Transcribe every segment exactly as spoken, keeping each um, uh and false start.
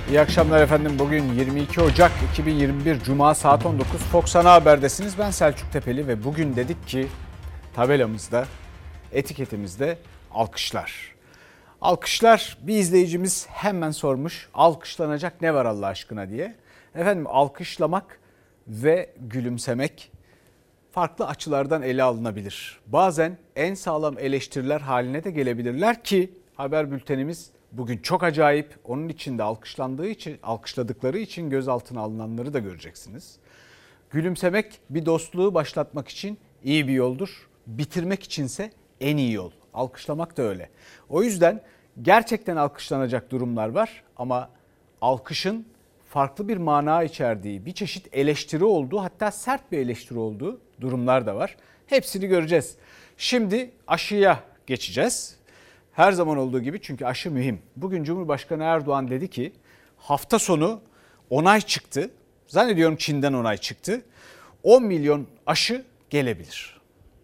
İyi akşamlar efendim. Bugün yirmi iki Ocak iki bin yirmi bir Cuma saat on dokuz. Fox Ana Haber'desiniz. Ben Selçuk Tepeli ve bugün dedik ki tabelamızda, etiketimizde alkışlar. Alkışlar, bir izleyicimiz hemen sormuş. Alkışlanacak ne var Allah aşkına diye. Efendim, alkışlamak ve gülümsemek farklı açılardan ele alınabilir. Bazen en sağlam eleştiriler haline de gelebilirler ki haber bültenimiz bugün çok acayip. Onun için de alkışlandığı için, alkışladıkları için gözaltına alınanları da göreceksiniz. Gülümsemek bir dostluğu başlatmak için iyi bir yoldur. Bitirmek içinse en iyi yol. Alkışlamak da öyle. O yüzden gerçekten alkışlanacak durumlar var ama alkışın farklı bir mana içerdiği, bir çeşit eleştiri olduğu, hatta sert bir eleştiri olduğu durumlar da var. Hepsini göreceğiz. Şimdi aşıya geçeceğiz. Her zaman olduğu gibi, çünkü aşı mühim. Bugün Cumhurbaşkanı Erdoğan dedi ki hafta sonu onay çıktı. Zannediyorum Çin'den onay çıktı. on milyon aşı gelebilir.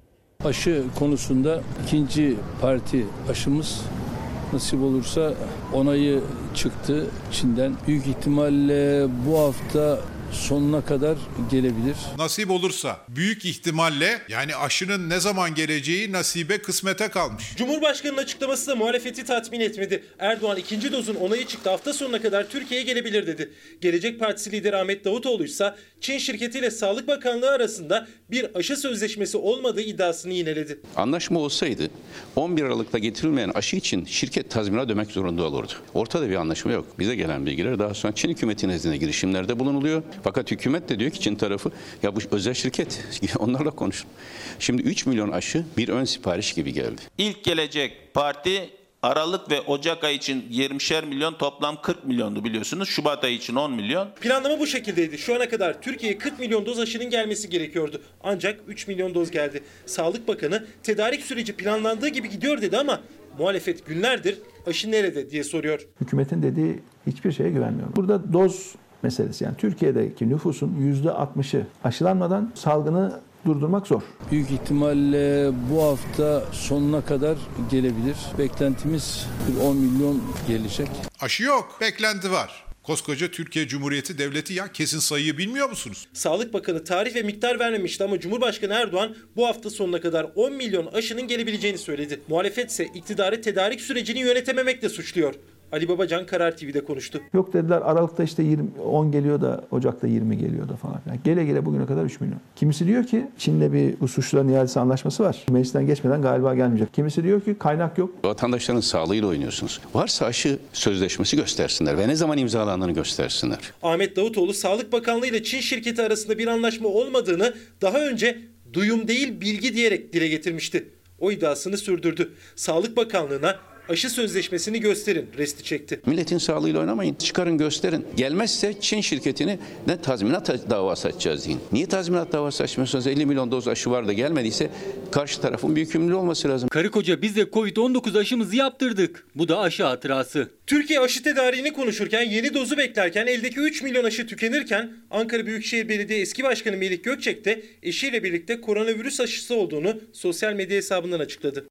Aşı konusunda ikinci parti aşımız nasip olursa onayı çıktı Çin'den. Büyük ihtimalle bu hafta sonuna kadar gelebilir. Nasip olursa büyük ihtimalle, yani aşının ne zaman geleceği nasibe kısmete kalmış. Cumhurbaşkanının açıklaması da muhalefeti tatmin etmedi. Erdoğan ikinci dozun onayı çıktı, hafta sonuna kadar Türkiye'ye gelebilir dedi. Gelecek Partisi lideri Ahmet Davutoğlu ise Çin şirketiyle Sağlık Bakanlığı arasında bir aşı sözleşmesi olmadığı iddiasını yineledi. Anlaşma olsaydı on bir Aralık'ta getirilmeyen aşı için şirket tazminat ödemek zorunda olurdu. Ortada bir anlaşma yok. Bize gelen bilgiler daha sonra Çin hükümeti nezdinde girişimlerde bulunuluyor. Fakat hükümet de diyor ki Çin tarafı, ya bu özel şirket, onlarla konuşun. Şimdi üç milyon aşı bir ön sipariş gibi geldi. İlk gelecek parti Aralık ve Ocak ayı için yirmişer milyon, toplam kırk milyondu biliyorsunuz. Şubat ayı için on milyon. Planlama bu şekildeydi. Şu ana kadar Türkiye'ye kırk milyon doz aşının gelmesi gerekiyordu. Ancak üç milyon doz geldi. Sağlık Bakanı tedarik süreci planlandığı gibi gidiyor dedi ama muhalefet günlerdir aşı nerede diye soruyor. Hükümetin dediği hiçbir şeye güvenmiyorum. Burada doz meselesi, yani Türkiye'deki nüfusun yüzde altmışı aşılanmadan salgını durdurmak zor. Büyük ihtimalle bu hafta sonuna kadar gelebilir. Beklentimiz on milyon gelecek. Aşı yok, beklenti var. Koskoca Türkiye Cumhuriyeti Devleti, ya kesin sayıyı bilmiyor musunuz? Sağlık Bakanı tarih ve miktar vermemişti ama Cumhurbaşkanı Erdoğan bu hafta sonuna kadar on milyon aşının gelebileceğini söyledi. Muhalefet ise iktidarı tedarik sürecini yönetememekle suçluyor. Ali Babacan Karar T V'de konuştu. Yok dediler, Aralık'ta işte yirmi, on geliyor da Ocak'ta yirmi geliyor da falan. Yani gele gele bugüne kadar üç milyon. Kimisi diyor ki Çin'le bir hususların iadesi anlaşması var. Meclisten geçmeden galiba gelmeyecek. Kimisi diyor ki kaynak yok. Vatandaşların sağlığıyla oynuyorsunuz. Varsa aşı sözleşmesi göstersinler ve ne zaman imzalandığını göstersinler. Ahmet Davutoğlu Sağlık Bakanlığı ile Çin şirketi arasında bir anlaşma olmadığını daha önce duyum değil bilgi diyerek dile getirmişti. O iddiasını sürdürdü. Sağlık Bakanlığı'na aşı sözleşmesini gösterin resti çekti. Milletin sağlığıyla oynamayın. Çıkarın gösterin. Gelmezse Çin şirketini ne tazminat davası açacağız deyin. Niye tazminat davası açmıyorsunuz? elli milyon doz aşı var da gelmediyse karşı tarafın bir yükümlülüğü olması lazım. Karı koca biz de kovid on dokuz aşımızı yaptırdık. Bu da aşı hatırası. Türkiye aşı tedariğini konuşurken, yeni dozu beklerken, eldeki üç milyon aşı tükenirken Ankara Büyükşehir Belediye Eski Başkanı Melih Gökçek de eşiyle birlikte koronavirüs aşısı olduğunu sosyal medya hesabından açıkladı.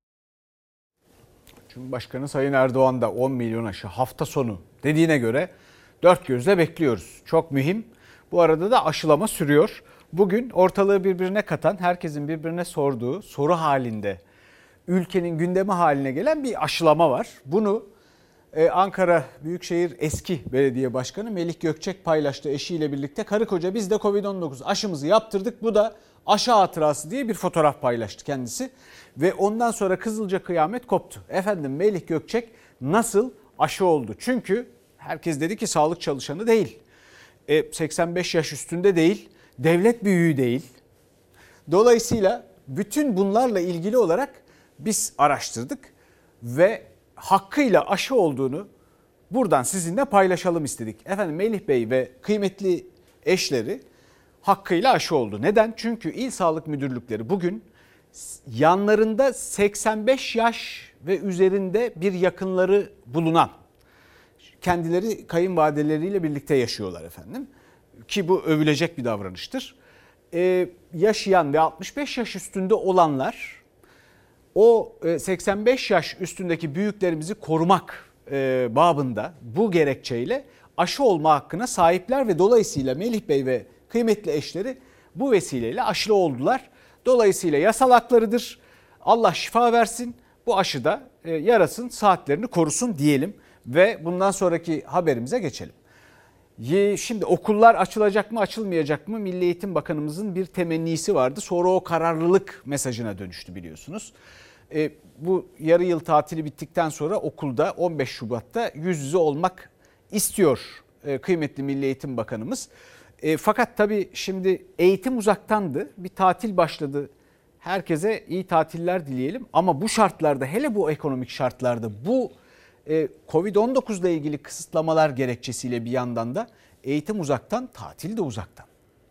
Cumhurbaşkanı Sayın Erdoğan da on milyon aşı hafta sonu dediğine göre dört gözle bekliyoruz. Çok mühim. Bu arada da aşılama sürüyor. Bugün ortalığı birbirine katan, herkesin birbirine sorduğu, soru halinde, ülkenin gündemi haline gelen bir aşılama var. Bunu e, Ankara Büyükşehir eski belediye başkanı Melih Gökçek paylaştı eşiyle birlikte. Karı koca biz de kovid on dokuz aşımızı yaptırdık. Bu da aşı hatırası diye bir fotoğraf paylaştı kendisi. Ve ondan sonra Kızılca kıyamet koptu. Efendim, Melih Gökçek nasıl aşı oldu? Çünkü herkes dedi ki sağlık çalışanı değil. E, seksen beş yaş üstünde değil. Devlet büyüğü değil. Dolayısıyla bütün bunlarla ilgili olarak biz araştırdık ve hakkıyla aşı olduğunu buradan sizinle paylaşalım istedik. Efendim, Melih Bey ve kıymetli eşleri hakkıyla aşı oldu. Neden? Çünkü İl Sağlık Müdürlükleri bugün yanlarında seksen beş yaş ve üzerinde bir yakınları bulunan, kendileri kayınvalideleriyle birlikte yaşıyorlar efendim. Ki bu övülecek bir davranıştır. Ee, yaşayan ve altmış beş yaş üstünde olanlar, o seksen beş yaş üstündeki büyüklerimizi korumak e, babında bu gerekçeyle aşı olma hakkına sahipler ve dolayısıyla Melih Bey ve kıymetli eşleri bu vesileyle aşılı oldular. Dolayısıyla yasal haklarıdır. Allah şifa versin. Bu aşı da e, yarasın, saatlerini korusun diyelim ve bundan sonraki haberimize geçelim. Şimdi okullar açılacak mı açılmayacak mı Milli Eğitim Bakanımızın bir temennisi vardı. Sonra o kararlılık mesajına dönüştü biliyorsunuz. E, bu yarı yıl tatili bittikten sonra okulda on beş Şubat'ta yüz yüze olmak istiyor e, kıymetli Milli Eğitim Bakanımız. E, fakat tabii şimdi eğitim uzaktandı, bir tatil başladı. Herkese iyi tatiller dileyelim ama bu şartlarda, hele bu ekonomik şartlarda, bu kovid on dokuz ile ilgili kısıtlamalar gerekçesiyle bir yandan da eğitim uzaktan, tatil de uzaktan.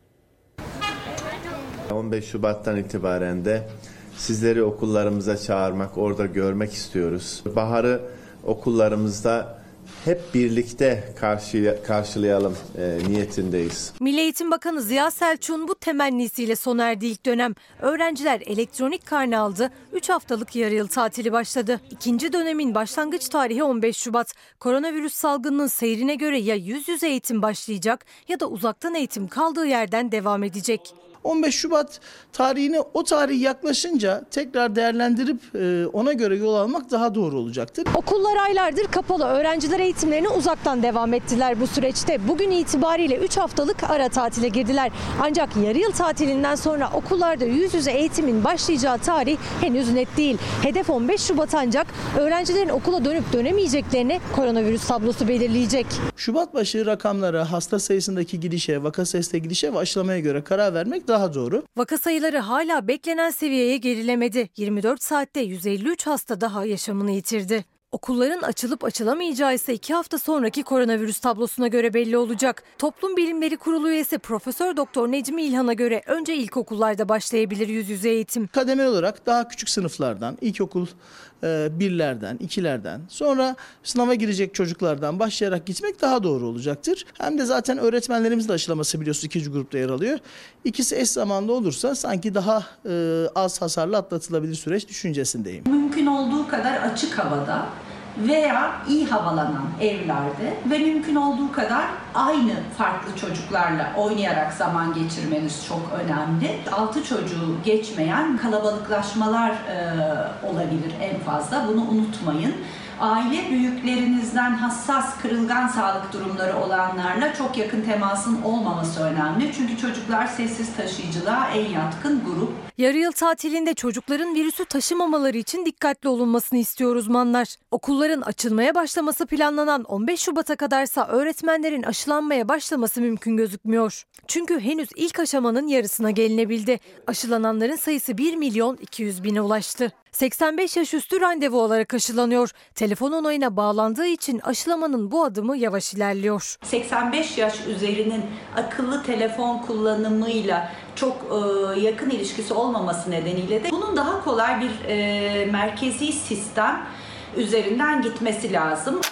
on beş Şubat'tan itibaren de sizleri okullarımıza çağırmak, orada görmek istiyoruz. Baharı okullarımızda hep birlikte karşı, karşılayalım e, niyetindeyiz. Milli Eğitim Bakanı Ziya Selçuk'un bu temennisiyle sona erdi ilk dönem. Öğrenciler elektronik karne aldı. üç haftalık yarı yıl tatili başladı. İkinci dönemin başlangıç tarihi on beş Şubat. Koronavirüs salgınının seyrine göre ya yüz yüze eğitim başlayacak ya da uzaktan eğitim kaldığı yerden devam edecek. on beş Şubat tarihine o tarih yaklaşınca tekrar değerlendirip ona göre yol almak daha doğru olacaktır. Okullar aylardır kapalı. Öğrenciler eğitimlerine uzaktan devam ettiler bu süreçte. Bugün itibariyle üç haftalık ara tatile girdiler. Ancak yarı yıl tatilinden sonra okullarda yüz yüze eğitimin başlayacağı tarih henüz net değil. Hedef on beş Şubat ancak öğrencilerin okula dönüp dönemeyeceklerini koronavirüs tablosu belirleyecek. Şubat başı rakamlara, hasta sayısındaki gidişe, vaka sayısındaki gidişe ve aşılamaya göre karar vermek daha doğru. Vaka sayıları hala beklenen seviyeye gerilemedi. yirmi dört saatte yüz elli üç hasta daha yaşamını yitirdi. Okulların açılıp açılamayacağı ise iki hafta sonraki koronavirüs tablosuna göre belli olacak. Toplum Bilimleri Kurulu üyesi Profesör Doktor Necmi İlhan'a göre önce ilkokullarda başlayabilir yüz yüze eğitim. Kademeli olarak daha küçük sınıflardan, ilkokul e, birlerden, ikilerden, sonra sınava girecek çocuklardan başlayarak gitmek daha doğru olacaktır. Hem de zaten öğretmenlerimizin de aşılaması biliyorsunuz ikinci grupta yer alıyor. İkisi eş zamanlı olursa sanki daha e, az hasarlı atlatılabilir süreç düşüncesindeyim. Mümkün olduğu kadar açık havada veya iyi havalanan evlerde ve mümkün olduğu kadar aynı farklı çocuklarla oynayarak zaman geçirmeniz çok önemli. Altı çocuğu geçmeyen kalabalıklaşmalar e, olabilir en fazla. Bunu unutmayın. Aile büyüklerinizden hassas, kırılgan sağlık durumları olanlarla çok yakın temasın olmaması önemli. Çünkü çocuklar sessiz taşıyıcılığa en yatkın grup. Yarı yıl tatilinde çocukların virüsü taşımamaları için dikkatli olunmasını istiyor uzmanlar. Okulların açılmaya başlaması planlanan on beş Şubat'a kadarsa öğretmenlerin aşılanmaya başlaması mümkün gözükmüyor. Çünkü henüz ilk aşamanın yarısına gelinebildi. Aşılananların sayısı bir milyon iki yüz bine ulaştı. seksen beş yaş üstü randevu olarak aşılanıyor. Telefon onayına bağlandığı için aşılamanın bu adımı yavaş ilerliyor. seksen beş yaş üzerinin akıllı telefon kullanımıyla çok e, yakın ilişkisi olmaması nedeniyle de bunun daha kolay bir e, merkezi sistem üzerinden gitmesi lazım.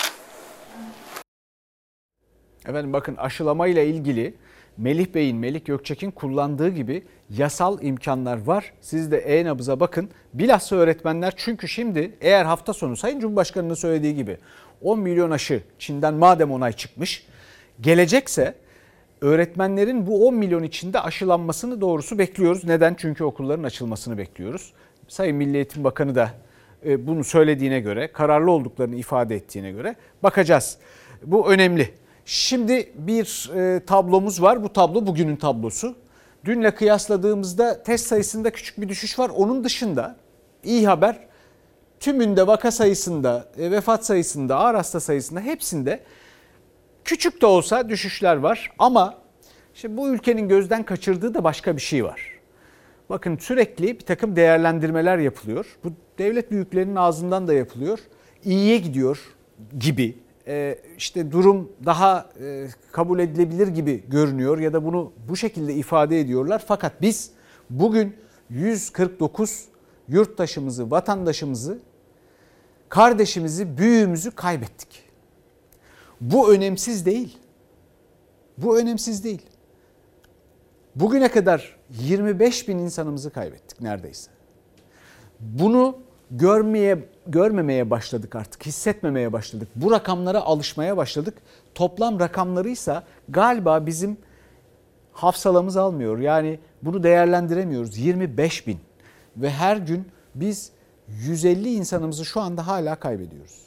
Efendim bakın aşılamayla ilgili Melih Bey'in, Melik Gökçek'in kullandığı gibi yasal imkanlar var. Siz de e-nabıza bakın. Bilhassa öğretmenler, çünkü şimdi eğer hafta sonu Sayın Cumhurbaşkanı'nın söylediği gibi on milyon aşı Çin'den madem onay çıkmış, gelecekse öğretmenlerin bu on milyon içinde aşılanmasını doğrusu bekliyoruz. Neden? Çünkü okulların açılmasını bekliyoruz. Sayın Milli Eğitim Bakanı da bunu söylediğine göre, kararlı olduklarını ifade ettiğine göre bakacağız. Bu önemli. Şimdi bir e, tablomuz var. Bu tablo bugünün tablosu. Dünle kıyasladığımızda test sayısında küçük bir düşüş var. Onun dışında iyi haber, tümünde vaka sayısında, e, vefat sayısında, ağır hasta sayısında hepsinde küçük de olsa düşüşler var. Ama işte bu ülkenin gözden kaçırdığı da başka bir şey var. Bakın sürekli bir takım değerlendirmeler yapılıyor. Bu devlet büyüklerinin ağzından da yapılıyor. İyiye gidiyor gibi. Ee, işte durum daha e, kabul edilebilir gibi görünüyor ya da bunu bu şekilde ifade ediyorlar. Fakat biz bugün yüz kırk dokuz yurttaşımızı, vatandaşımızı, kardeşimizi, büyüğümüzü kaybettik. Bu önemsiz değil. Bu önemsiz değil. Bugüne kadar yirmi beş bin insanımızı kaybettik neredeyse. Bunu görmeye görmemeye başladık artık, hissetmemeye başladık. Bu rakamlara alışmaya başladık. Toplam rakamlarıysa galiba bizim hafsalamız almıyor. Yani bunu değerlendiremiyoruz. yirmi beş bin ve her gün biz yüz elli insanımızı şu anda hala kaybediyoruz.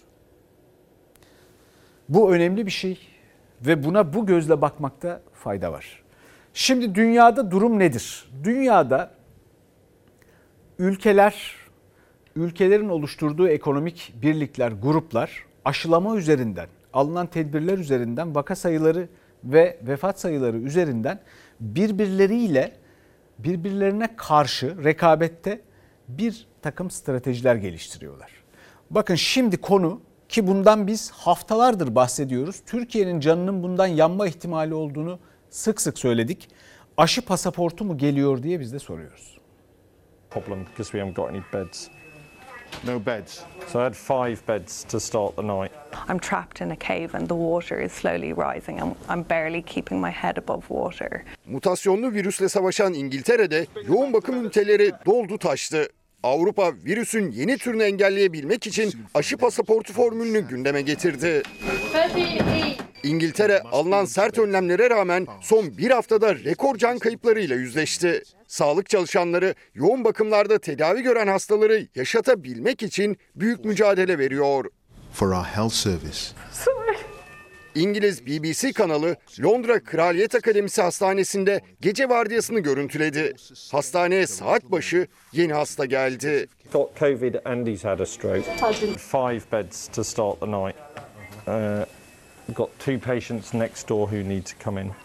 Bu önemli bir şey ve buna bu gözle bakmakta fayda var. Şimdi dünyada durum nedir? Dünyada ülkeler, ülkelerin oluşturduğu ekonomik birlikler, gruplar aşılama üzerinden, alınan tedbirler üzerinden, vaka sayıları ve vefat sayıları üzerinden birbirleriyle birbirlerine karşı rekabette bir takım stratejiler geliştiriyorlar. Bakın şimdi konu, ki bundan biz haftalardır bahsediyoruz. Türkiye'nin canının bundan yanma ihtimali olduğunu sık sık söyledik. Aşı pasaportu mu geliyor diye biz de soruyoruz. Problem because we haven't got any beds. No beds. So I had five beds to start the night. I'm trapped in a cave and the water is slowly rising. I'm, I'm barely keeping my head above water. Mutasyonlu virüsle savaşan İngiltere'de yoğun bakım üniteleri doldu taştı. Avrupa virüsün yeni türünü engelleyebilmek için aşı pasaportu formülünü gündeme getirdi. İngiltere alınan sert önlemlere rağmen son bir haftada rekor can kayıplarıyla yüzleşti. Sağlık çalışanları yoğun bakımlarda tedavi gören hastaları yaşatabilmek için büyük mücadele veriyor. For our health service. İngiliz B B C kanalı Londra Kraliyet Akademisi Hastanesi'nde gece vardiyasını görüntüledi. Hastaneye saat başı yeni hasta geldi. Got COVID and he's had a stroke. Five beds to start the night. Uh, got two patients next door who need to come in.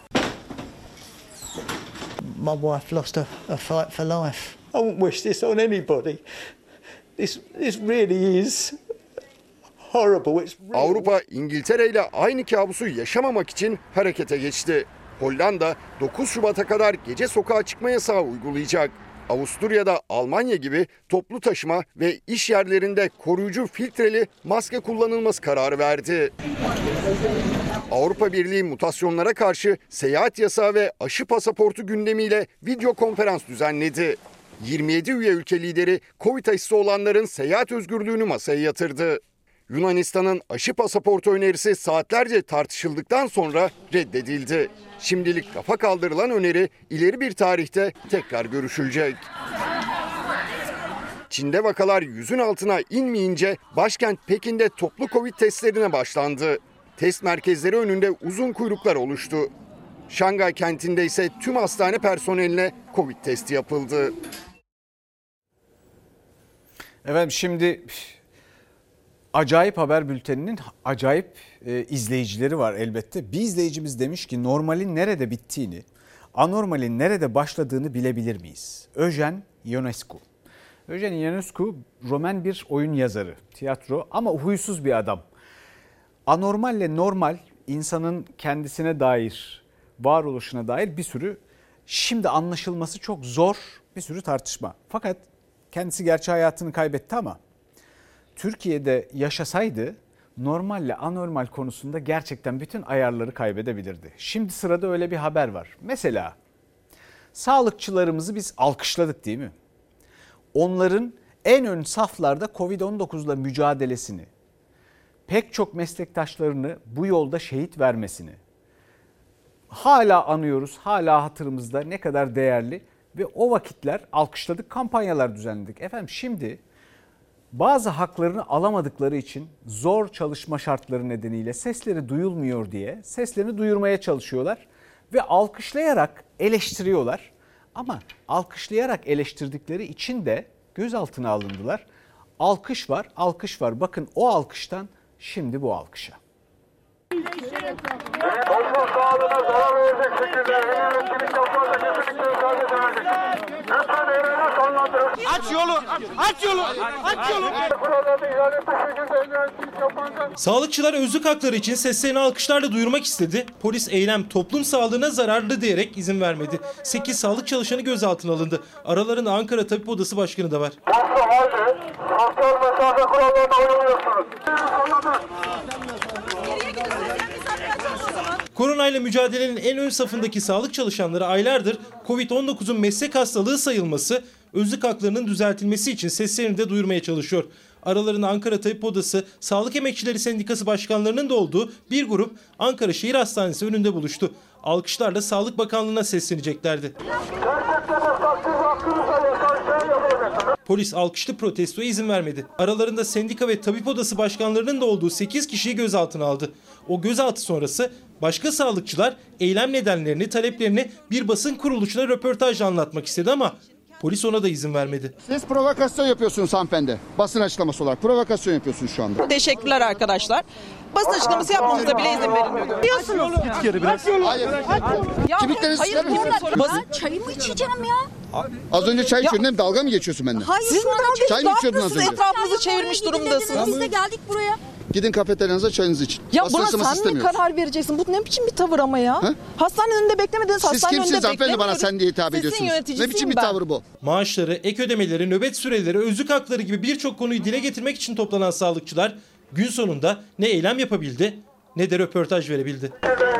My wife lost a, a fight for life. I wouldn't wish this on anybody. This, this really is horrible. It's real. Avrupa İngiltere ile aynı kabusu yaşamamak için harekete geçti. Hollanda dokuz Şubat'a kadar gece sokağa çıkma yasağı uygulayacak. Avusturya'da Almanya gibi toplu taşıma ve iş yerlerinde koruyucu filtreli maske kullanılması kararı verdi. Avrupa Birliği mutasyonlara karşı seyahat yasağı ve aşı pasaportu gündemiyle video konferans düzenledi. yirmi yedi üye ülke lideri Covid aşısı olanların seyahat özgürlüğünü masaya yatırdı. Yunanistan'ın aşı pasaportu önerisi saatlerce tartışıldıktan sonra reddedildi. Şimdilik rafa kaldırılan öneri ileri bir tarihte tekrar görüşülecek. Çin'de vakalar yüzün altına inmeyince başkent Pekin'de toplu Covid testlerine başlandı. Test merkezleri önünde uzun kuyruklar oluştu. Şangay kentinde ise tüm hastane personeline Covid testi yapıldı. Efendim şimdi acayip haber bülteninin acayip e, izleyicileri var elbette. Bir izleyicimiz demiş ki normalin nerede bittiğini, anormalin nerede başladığını bilebilir miyiz? Eugen Ionescu. Eugen Ionescu Roman bir oyun yazarı, tiyatro ama huysuz bir adam. Anormalle normal insanın kendisine dair, varoluşuna dair bir sürü şimdi anlaşılması çok zor bir sürü tartışma. Fakat kendisi gerçi hayatını kaybetti ama Türkiye'de yaşasaydı normalle anormal konusunda gerçekten bütün ayarları kaybedebilirdi. Şimdi sırada öyle bir haber var. Mesela sağlıkçılarımızı biz alkışladık değil mi? Onların en ön saflarda Covid on dokuzla mücadelesini, pek çok meslektaşlarını bu yolda şehit vermesini hala anıyoruz, hala hatırımızda ne kadar değerli ve o vakitler alkışladık, kampanyalar düzenledik. Efendim şimdi bazı haklarını alamadıkları için zor çalışma şartları nedeniyle sesleri duyulmuyor diye seslerini duyurmaya çalışıyorlar ve alkışlayarak eleştiriyorlar. Ama alkışlayarak eleştirdikleri için de gözaltına alındılar. Alkış var, alkış var. Bakın o alkıştan şimdi bu alkışa. Toplum sağlığına zarar verecek şekilde yöneticilik yapmakla kesinlikle müsaade edemedik. Lütfen evrene sonlandırın. Aç yolu, aç yolu, aç yolu. Kurallarda ihlal etmiş şekilde yöneticilik yapmakla. Sağlıkçılar özlük hakları için seslerini alkışlarla duyurmak istedi. Polis eylem toplum sağlığına zararlı diyerek izin vermedi. sekiz sağlık çalışanı gözaltına alındı. Aralarında Ankara Tabip Odası Başkanı da var. Toplum halde sosyal mesafe kurallarına uymuyorsunuz. Koronayla mücadelenin en ön safındaki sağlık çalışanları aylardır Covid on dokuzun meslek hastalığı sayılması, özlük haklarının düzeltilmesi için seslerini de duyurmaya çalışıyor. Aralarında Ankara Tabip Odası, Sağlık Emekçileri Sendikası başkanlarının da olduğu bir grup Ankara Şehir Hastanesi önünde buluştu. Alkışlarla Sağlık Bakanlığı'na sesleneceklerdi. Polis alkışlı protestoya izin vermedi. Aralarında sendika ve tabip odası başkanlarının da olduğu sekiz kişiyi gözaltına aldı. O gözaltı sonrası başka sağlıkçılar eylem nedenlerini, taleplerini bir basın kuruluşuna röportajla anlatmak istedi ama polis ona da izin vermedi. Siz provokasyon yapıyorsunuz hanımefendi. Basın açıklaması olarak provokasyon yapıyorsunuz şu anda. Teşekkürler arkadaşlar. Basın açıklaması yapmamıza bile izin verilmiyor. Biliyorsunuz. Git geri biraz. Hayır. Kimliklerinizi hayır, çıkarır mısın? basın çayımı içeceğim ya. Az önce çay içiyordun değil mi? Dalga mı geçiyorsun benden? Hayır, siz burada çay mı içiyordun az önce? Etrafınızı çevirmiş durumdasınız. Biz de geldik buraya. Gidin kafeteryanıza çayınızı için. Ya basın buna sen mi karar vereceksin? Bu ne biçim bir tavır ama ya? Ha? Hastanenin önünde beklemediniz. Siz Hastane kimsiniz önünde hanımefendi bana sen diye hitap Sizin ediyorsunuz? Ne biçim bir ben. tavır bu? Maaşları, ek ödemeleri, nöbet süreleri, özlük hakları gibi birçok konuyu dile getirmek için toplanan sağlıkçılar gün sonunda ne eylem yapabildi ne de röportaj verebildi.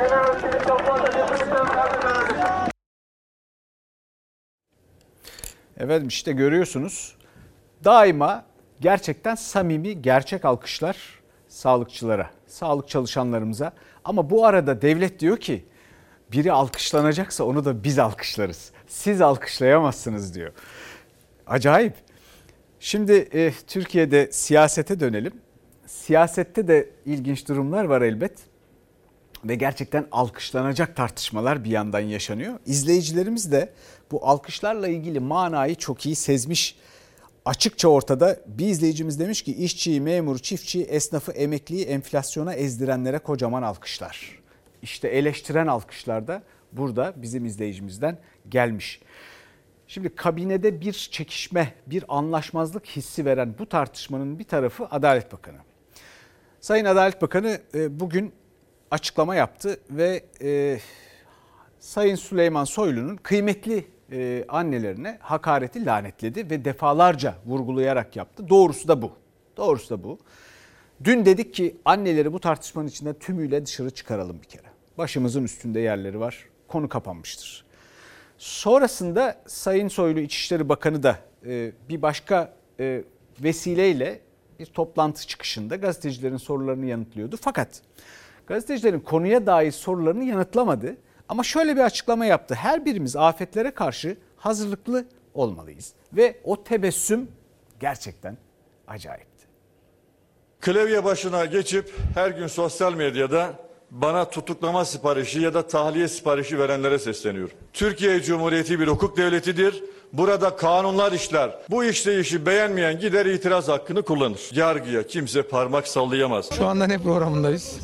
Evet işte görüyorsunuz daima gerçekten samimi gerçek alkışlar sağlıkçılara, sağlık çalışanlarımıza. Ama bu arada devlet diyor ki biri alkışlanacaksa onu da biz alkışlarız. Siz alkışlayamazsınız diyor. Acayip. Şimdi e, Türkiye'de siyasete dönelim. Siyasette de ilginç durumlar var elbet. Ve gerçekten alkışlanacak tartışmalar bir yandan yaşanıyor. İzleyicilerimiz de bu alkışlarla ilgili manayı çok iyi sezmiş. Açıkça ortada. Bir izleyicimiz demiş ki işçiyi, memuru, çiftçiyi, esnafı, emekliyi enflasyona ezdirenlere kocaman alkışlar. İşte eleştiren alkışlar da burada bizim izleyicimizden gelmiş. Şimdi kabinede bir çekişme, bir anlaşmazlık hissi veren bu tartışmanın bir tarafı Adalet Bakanı. Sayın Adalet Bakanı bugün açıklama yaptı ve e, Sayın Süleyman Soylu'nun kıymetli e, annelerine hakareti lanetledi ve defalarca vurgulayarak yaptı. Doğrusu da bu. Doğrusu da bu. Dün dedik ki anneleri bu tartışmanın içinde tümüyle dışarı çıkaralım bir kere. Başımızın üstünde yerleri var. Konu kapanmıştır. Sonrasında Sayın Soylu İçişleri Bakanı da e, bir başka e, vesileyle bir toplantı çıkışında gazetecilerin sorularını yanıtlıyordu. Fakat gazetecilerin konuya dair sorularını yanıtlamadı. Ama şöyle bir açıklama yaptı. Her birimiz afetlere karşı hazırlıklı olmalıyız. Ve o tebessüm gerçekten acayipti. Klavye başına geçip her gün sosyal medyada bana tutuklama siparişi ya da tahliye siparişi verenlere sesleniyorum. Türkiye Cumhuriyeti bir hukuk devletidir. Burada kanunlar işler. Bu işleyişi beğenmeyen gider itiraz hakkını kullanır. Yargıya kimse parmak sallayamaz. Şu anda ne programındayız?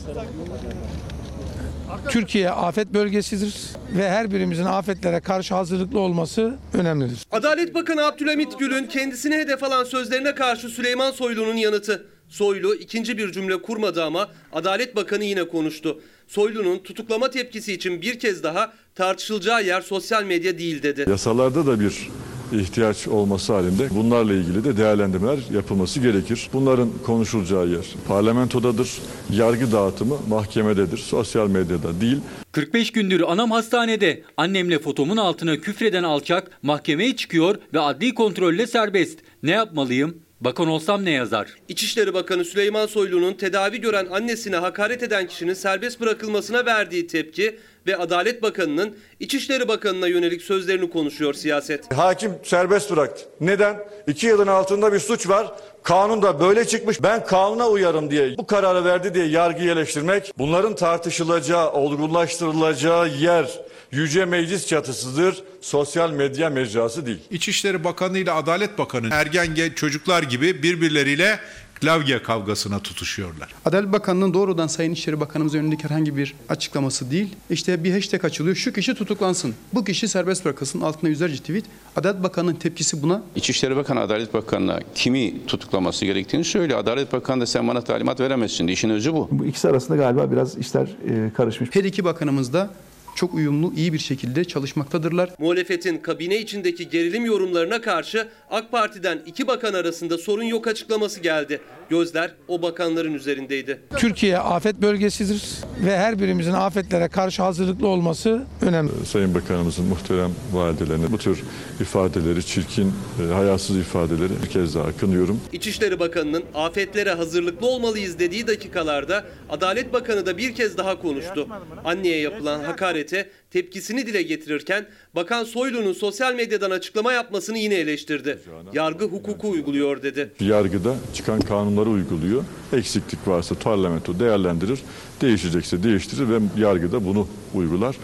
Türkiye afet bölgesidir ve her birimizin afetlere karşı hazırlıklı olması önemlidir. Adalet Bakanı Abdülhamit Gül'ün kendisine hedef alan sözlerine karşı Süleyman Soylu'nun yanıtı. Soylu ikinci bir cümle kurmadı ama Adalet Bakanı yine konuştu. Soylu'nun tutuklama tepkisi için bir kez daha tartışılacağı yer sosyal medya değil dedi. Yasalarda da bir ihtiyaç olması halinde bunlarla ilgili de değerlendirmeler yapılması gerekir. Bunların konuşulacağı yer parlamentodadır, yargı dağıtımı mahkemededir, sosyal medyada değil. kırk beş gündür anam hastanede. Annemle fotomun altına küfreden alçak mahkemeye çıkıyor ve adli kontrolle serbest. Ne yapmalıyım? Bakan olsam ne yazar? İçişleri Bakanı Süleyman Soylu'nun tedavi gören annesine hakaret eden kişinin serbest bırakılmasına verdiği tepki ve Adalet Bakanı'nın İçişleri Bakanı'na yönelik sözlerini konuşuyor siyaset. Hakim serbest bıraktı. Neden? İki yılın altında bir suç var. Kanun da böyle çıkmış. Ben kanuna uyarım diye bu kararı verdi diye yargıyı eleştirmek, bunların tartışılacağı, olgunlaştırılacağı yer Yüce Meclis çatısıdır, sosyal medya mecrası değil. İçişleri Bakanı ile Adalet Bakanı ergen genç çocuklar gibi birbirleriyle klavye kavgasına tutuşuyorlar. Adalet Bakanı'nın doğrudan Sayın İçişleri Bakanımıza yönelik herhangi bir açıklaması değil. İşte bir hashtag açılıyor, şu kişi tutuklansın, bu kişi serbest bırakılsın, altında yüzlerce tweet. Adalet Bakanı'nın tepkisi buna. İçişleri Bakanı Adalet Bakanı'na kimi tutuklaması gerektiğini söylüyor. Adalet Bakanı da sen bana talimat veremezsin diye, işin özü bu. Bu ikisi arasında galiba biraz işler e, karışmış. Her iki bakanımız da çok uyumlu, iyi bir şekilde çalışmaktadırlar. Muhalefetin kabine içindeki gerilim yorumlarına karşı AK Parti'den iki bakan arasında sorun yok açıklaması geldi. Gözler o bakanların üzerindeydi. Türkiye afet bölgesidir ve her birimizin afetlere karşı hazırlıklı olması önemli. Sayın Bakanımızın muhterem validelerine bu tür ifadeleri, çirkin, e, hayasız ifadeleri bir kez daha kınıyorum. İçişleri Bakanı'nın afetlere hazırlıklı olmalıyız dediği dakikalarda Adalet Bakanı da bir kez daha konuştu. Anneye yapılan hakarete tepkisini dile getirirken Bakan Soylu'nun sosyal medyadan açıklama yapmasını yine eleştirdi. Yargı hukuku uyguluyor dedi. Yargıda çıkan kanunları uyguluyor. Eksiklik varsa parlamento değerlendirir, değişecekse değiştirir ve yargıda bunu uygular.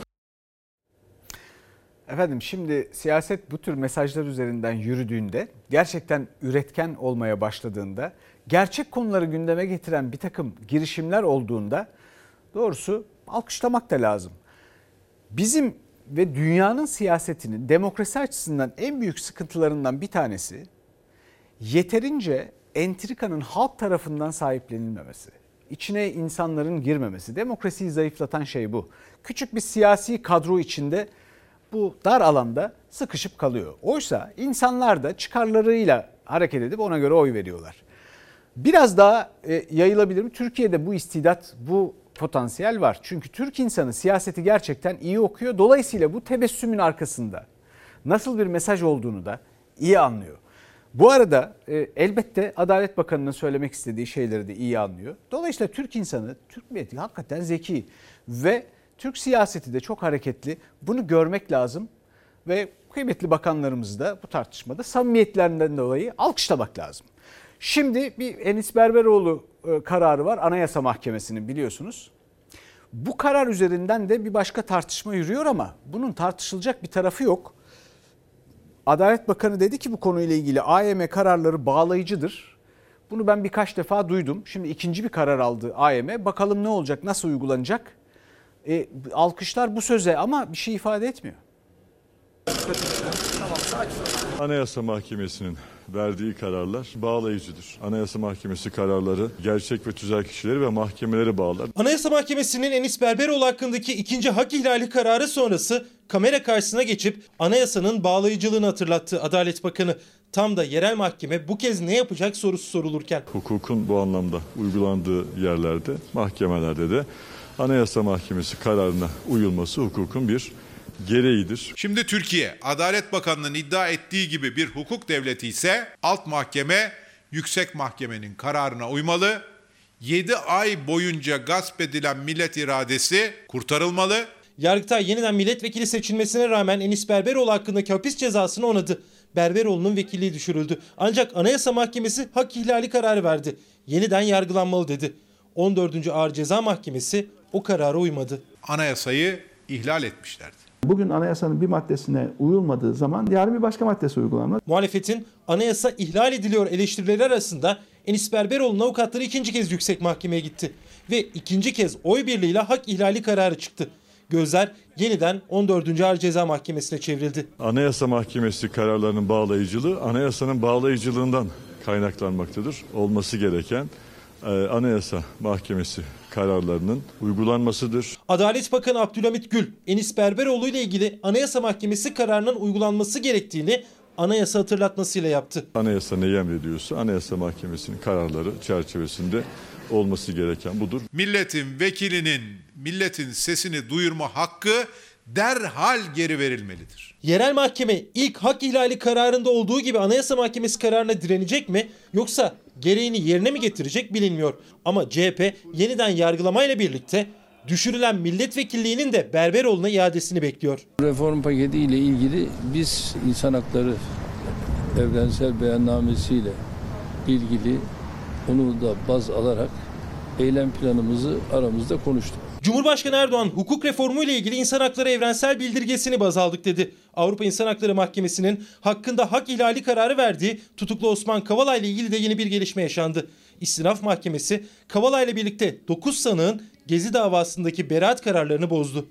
Efendim şimdi siyaset bu tür mesajlar üzerinden yürüdüğünde, gerçekten üretken olmaya başladığında, gerçek konuları gündeme getiren bir takım girişimler olduğunda doğrusu alkışlamak da lazım. Bizim ve dünyanın siyasetinin demokrasi açısından en büyük sıkıntılarından bir tanesi yeterince entrikanın halk tarafından sahiplenilmemesi. İçine insanların girmemesi. Demokrasiyi zayıflatan şey bu. Küçük bir siyasi kadro içinde bu dar alanda sıkışıp kalıyor. Oysa insanlar da çıkarlarıyla hareket edip ona göre oy veriyorlar. Biraz daha e, yayılabilir mi? Türkiye'de bu istidat, bu potansiyel var. Çünkü Türk insanı siyaseti gerçekten iyi okuyor. Dolayısıyla bu tebessümün arkasında nasıl bir mesaj olduğunu da iyi anlıyor. Bu arada e, elbette Adalet Bakanı'nın söylemek istediği şeyleri de iyi anlıyor. Dolayısıyla Türk insanı, Türk milleti hakikaten zeki ve Türk siyaseti de çok hareketli. Bunu görmek lazım ve kıymetli bakanlarımızı da bu tartışmada samimiyetlerinden dolayı alkışlamak lazım. Şimdi bir Enis Berberoğlu kararı var Anayasa Mahkemesi'nin, biliyorsunuz. Bu karar üzerinden de bir başka tartışma yürüyor ama bunun tartışılacak bir tarafı yok. Adalet Bakanı dedi ki bu konuyla ilgili A Y M kararları bağlayıcıdır. Bunu ben birkaç defa duydum. Şimdi ikinci bir karar aldı A Y M. Bakalım ne olacak, nasıl uygulanacak? E, alkışlar bu söze ama bir şey ifade etmiyor. Anayasa Mahkemesi'nin verdiği kararlar bağlayıcıdır. Anayasa Mahkemesi kararları gerçek ve tüzel kişileri ve mahkemeleri bağlar. Anayasa Mahkemesi'nin Enis Berberoğlu hakkındaki ikinci hak ihlali kararı sonrası kamera karşısına geçip anayasanın bağlayıcılığını hatırlattı Adalet Bakanı. Tam da yerel mahkeme bu kez ne yapacak sorusu sorulurken. Hukukun bu anlamda uygulandığı yerlerde, mahkemelerde de Anayasa Mahkemesi kararına uyulması hukukun bir gereğidir. Şimdi Türkiye, Adalet Bakanı'nın iddia ettiği gibi bir hukuk devleti ise alt mahkeme yüksek mahkemenin kararına uymalı. yedi ay boyunca gasp edilen millet iradesi kurtarılmalı. Yargıtay yeniden milletvekili seçilmesine rağmen Enis Berberoğlu hakkındaki hapis cezasını onadı. Berberoğlu'nun vekilliği düşürüldü. Ancak Anayasa Mahkemesi hak ihlali kararı verdi. Yeniden yargılanmalı dedi. on dördüncü Ağır Ceza Mahkemesi o karara uymadı. Anayasayı ihlal etmişlerdi. Bugün anayasanın bir maddesine uyulmadığı zaman yarın bir başka maddesi uygulanır. Muhalefetin anayasa ihlal ediliyor eleştirileri arasında Enis Berberoğlu'nun avukatları ikinci kez yüksek mahkemeye gitti. Ve ikinci kez oy birliğiyle hak ihlali kararı çıktı. Gözler yeniden on dördüncü Ağır Ceza Mahkemesi'ne çevrildi. Anayasa Mahkemesi kararlarının bağlayıcılığı anayasanın bağlayıcılığından kaynaklanmaktadır. Olması gereken e, Anayasa Mahkemesi kararlarının uygulanmasıdır. Adalet Bakanı Abdülhamit Gül, Enis Berberoğlu ile ilgili Anayasa Mahkemesi kararının uygulanması gerektiğini anayasa hatırlatmasıyla yaptı. Anayasa neyi emrediyorsa Anayasa Mahkemesi'nin kararları çerçevesinde olması gereken budur. Milletin vekilinin milletin sesini duyurma hakkı derhal geri verilmelidir. Yerel mahkeme ilk hak ihlali kararında olduğu gibi Anayasa Mahkemesi kararına direnecek mi yoksa gereğini yerine mi getirecek bilinmiyor. Ama C H P yeniden yargılamayla birlikte düşürülen milletvekilliğinin de Berberoğlu'na iadesini bekliyor. Reform paketiyle ilgili biz insan hakları evrensel beyannamesiyle ilgili onu da baz alarak eylem planımızı aramızda konuştuk. Cumhurbaşkanı Erdoğan hukuk reformu ile ilgili insan hakları evrensel bildirgesini baz aldık dedi. Avrupa İnsan Hakları Mahkemesi'nin hakkında hak ihlali kararı verdiği tutuklu Osman Kavala ile ilgili de yeni bir gelişme yaşandı. İstinaf Mahkemesi Kavala ile birlikte dokuz sanığın Gezi davasındaki beraat kararlarını bozdu.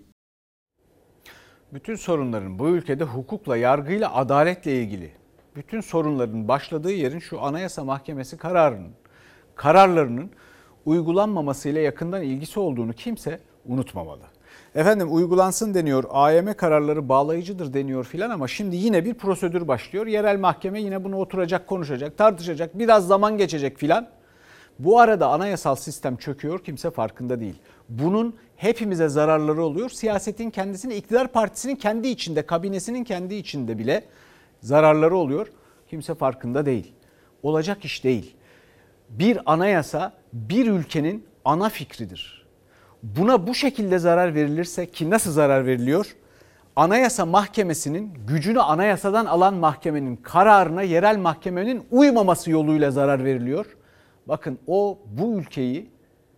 Bütün sorunların bu ülkede hukukla, yargıyla, adaletle ilgili bütün sorunların başladığı yerin şu Anayasa Mahkemesi kararının, kararlarının uygulanmamasıyla yakından ilgisi olduğunu kimse unutmamalı. Efendim uygulansın deniyor, A Y M kararları bağlayıcıdır deniyor filan ama şimdi yine bir prosedür başlıyor. Yerel mahkeme yine bunu oturacak, konuşacak, tartışacak, biraz zaman geçecek filan. Bu arada anayasal sistem çöküyor, kimse farkında değil. Bunun hepimize zararları oluyor. Siyasetin kendisine, iktidar partisinin kendi içinde, kabinesinin kendi içinde bile zararları oluyor. Kimse farkında değil. Olacak iş değil. Bir anayasa bir ülkenin ana fikridir. Buna bu şekilde zarar verilirse, ki nasıl zarar veriliyor? Anayasa Mahkemesi'nin gücünü anayasadan alan mahkemenin kararına yerel mahkemenin uymaması yoluyla zarar veriliyor. Bakın o bu ülkeyi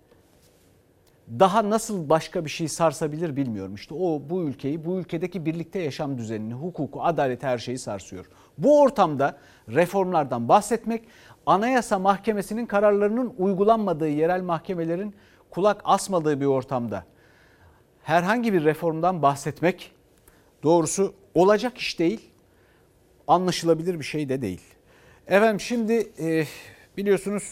daha nasıl başka bir şey sarsabilir bilmiyorum. İşte o bu ülkeyi, bu ülkedeki birlikte yaşam düzenini, hukuku, adaleti, her şeyi sarsıyor. Bu ortamda reformlardan bahsetmek, Anayasa Mahkemesi'nin kararlarının uygulanmadığı, yerel mahkemelerin kulak asmadığı bir ortamda herhangi bir reformdan bahsetmek doğrusu olacak iş değil, anlaşılabilir bir şey de değil. Efendim şimdi e, biliyorsunuz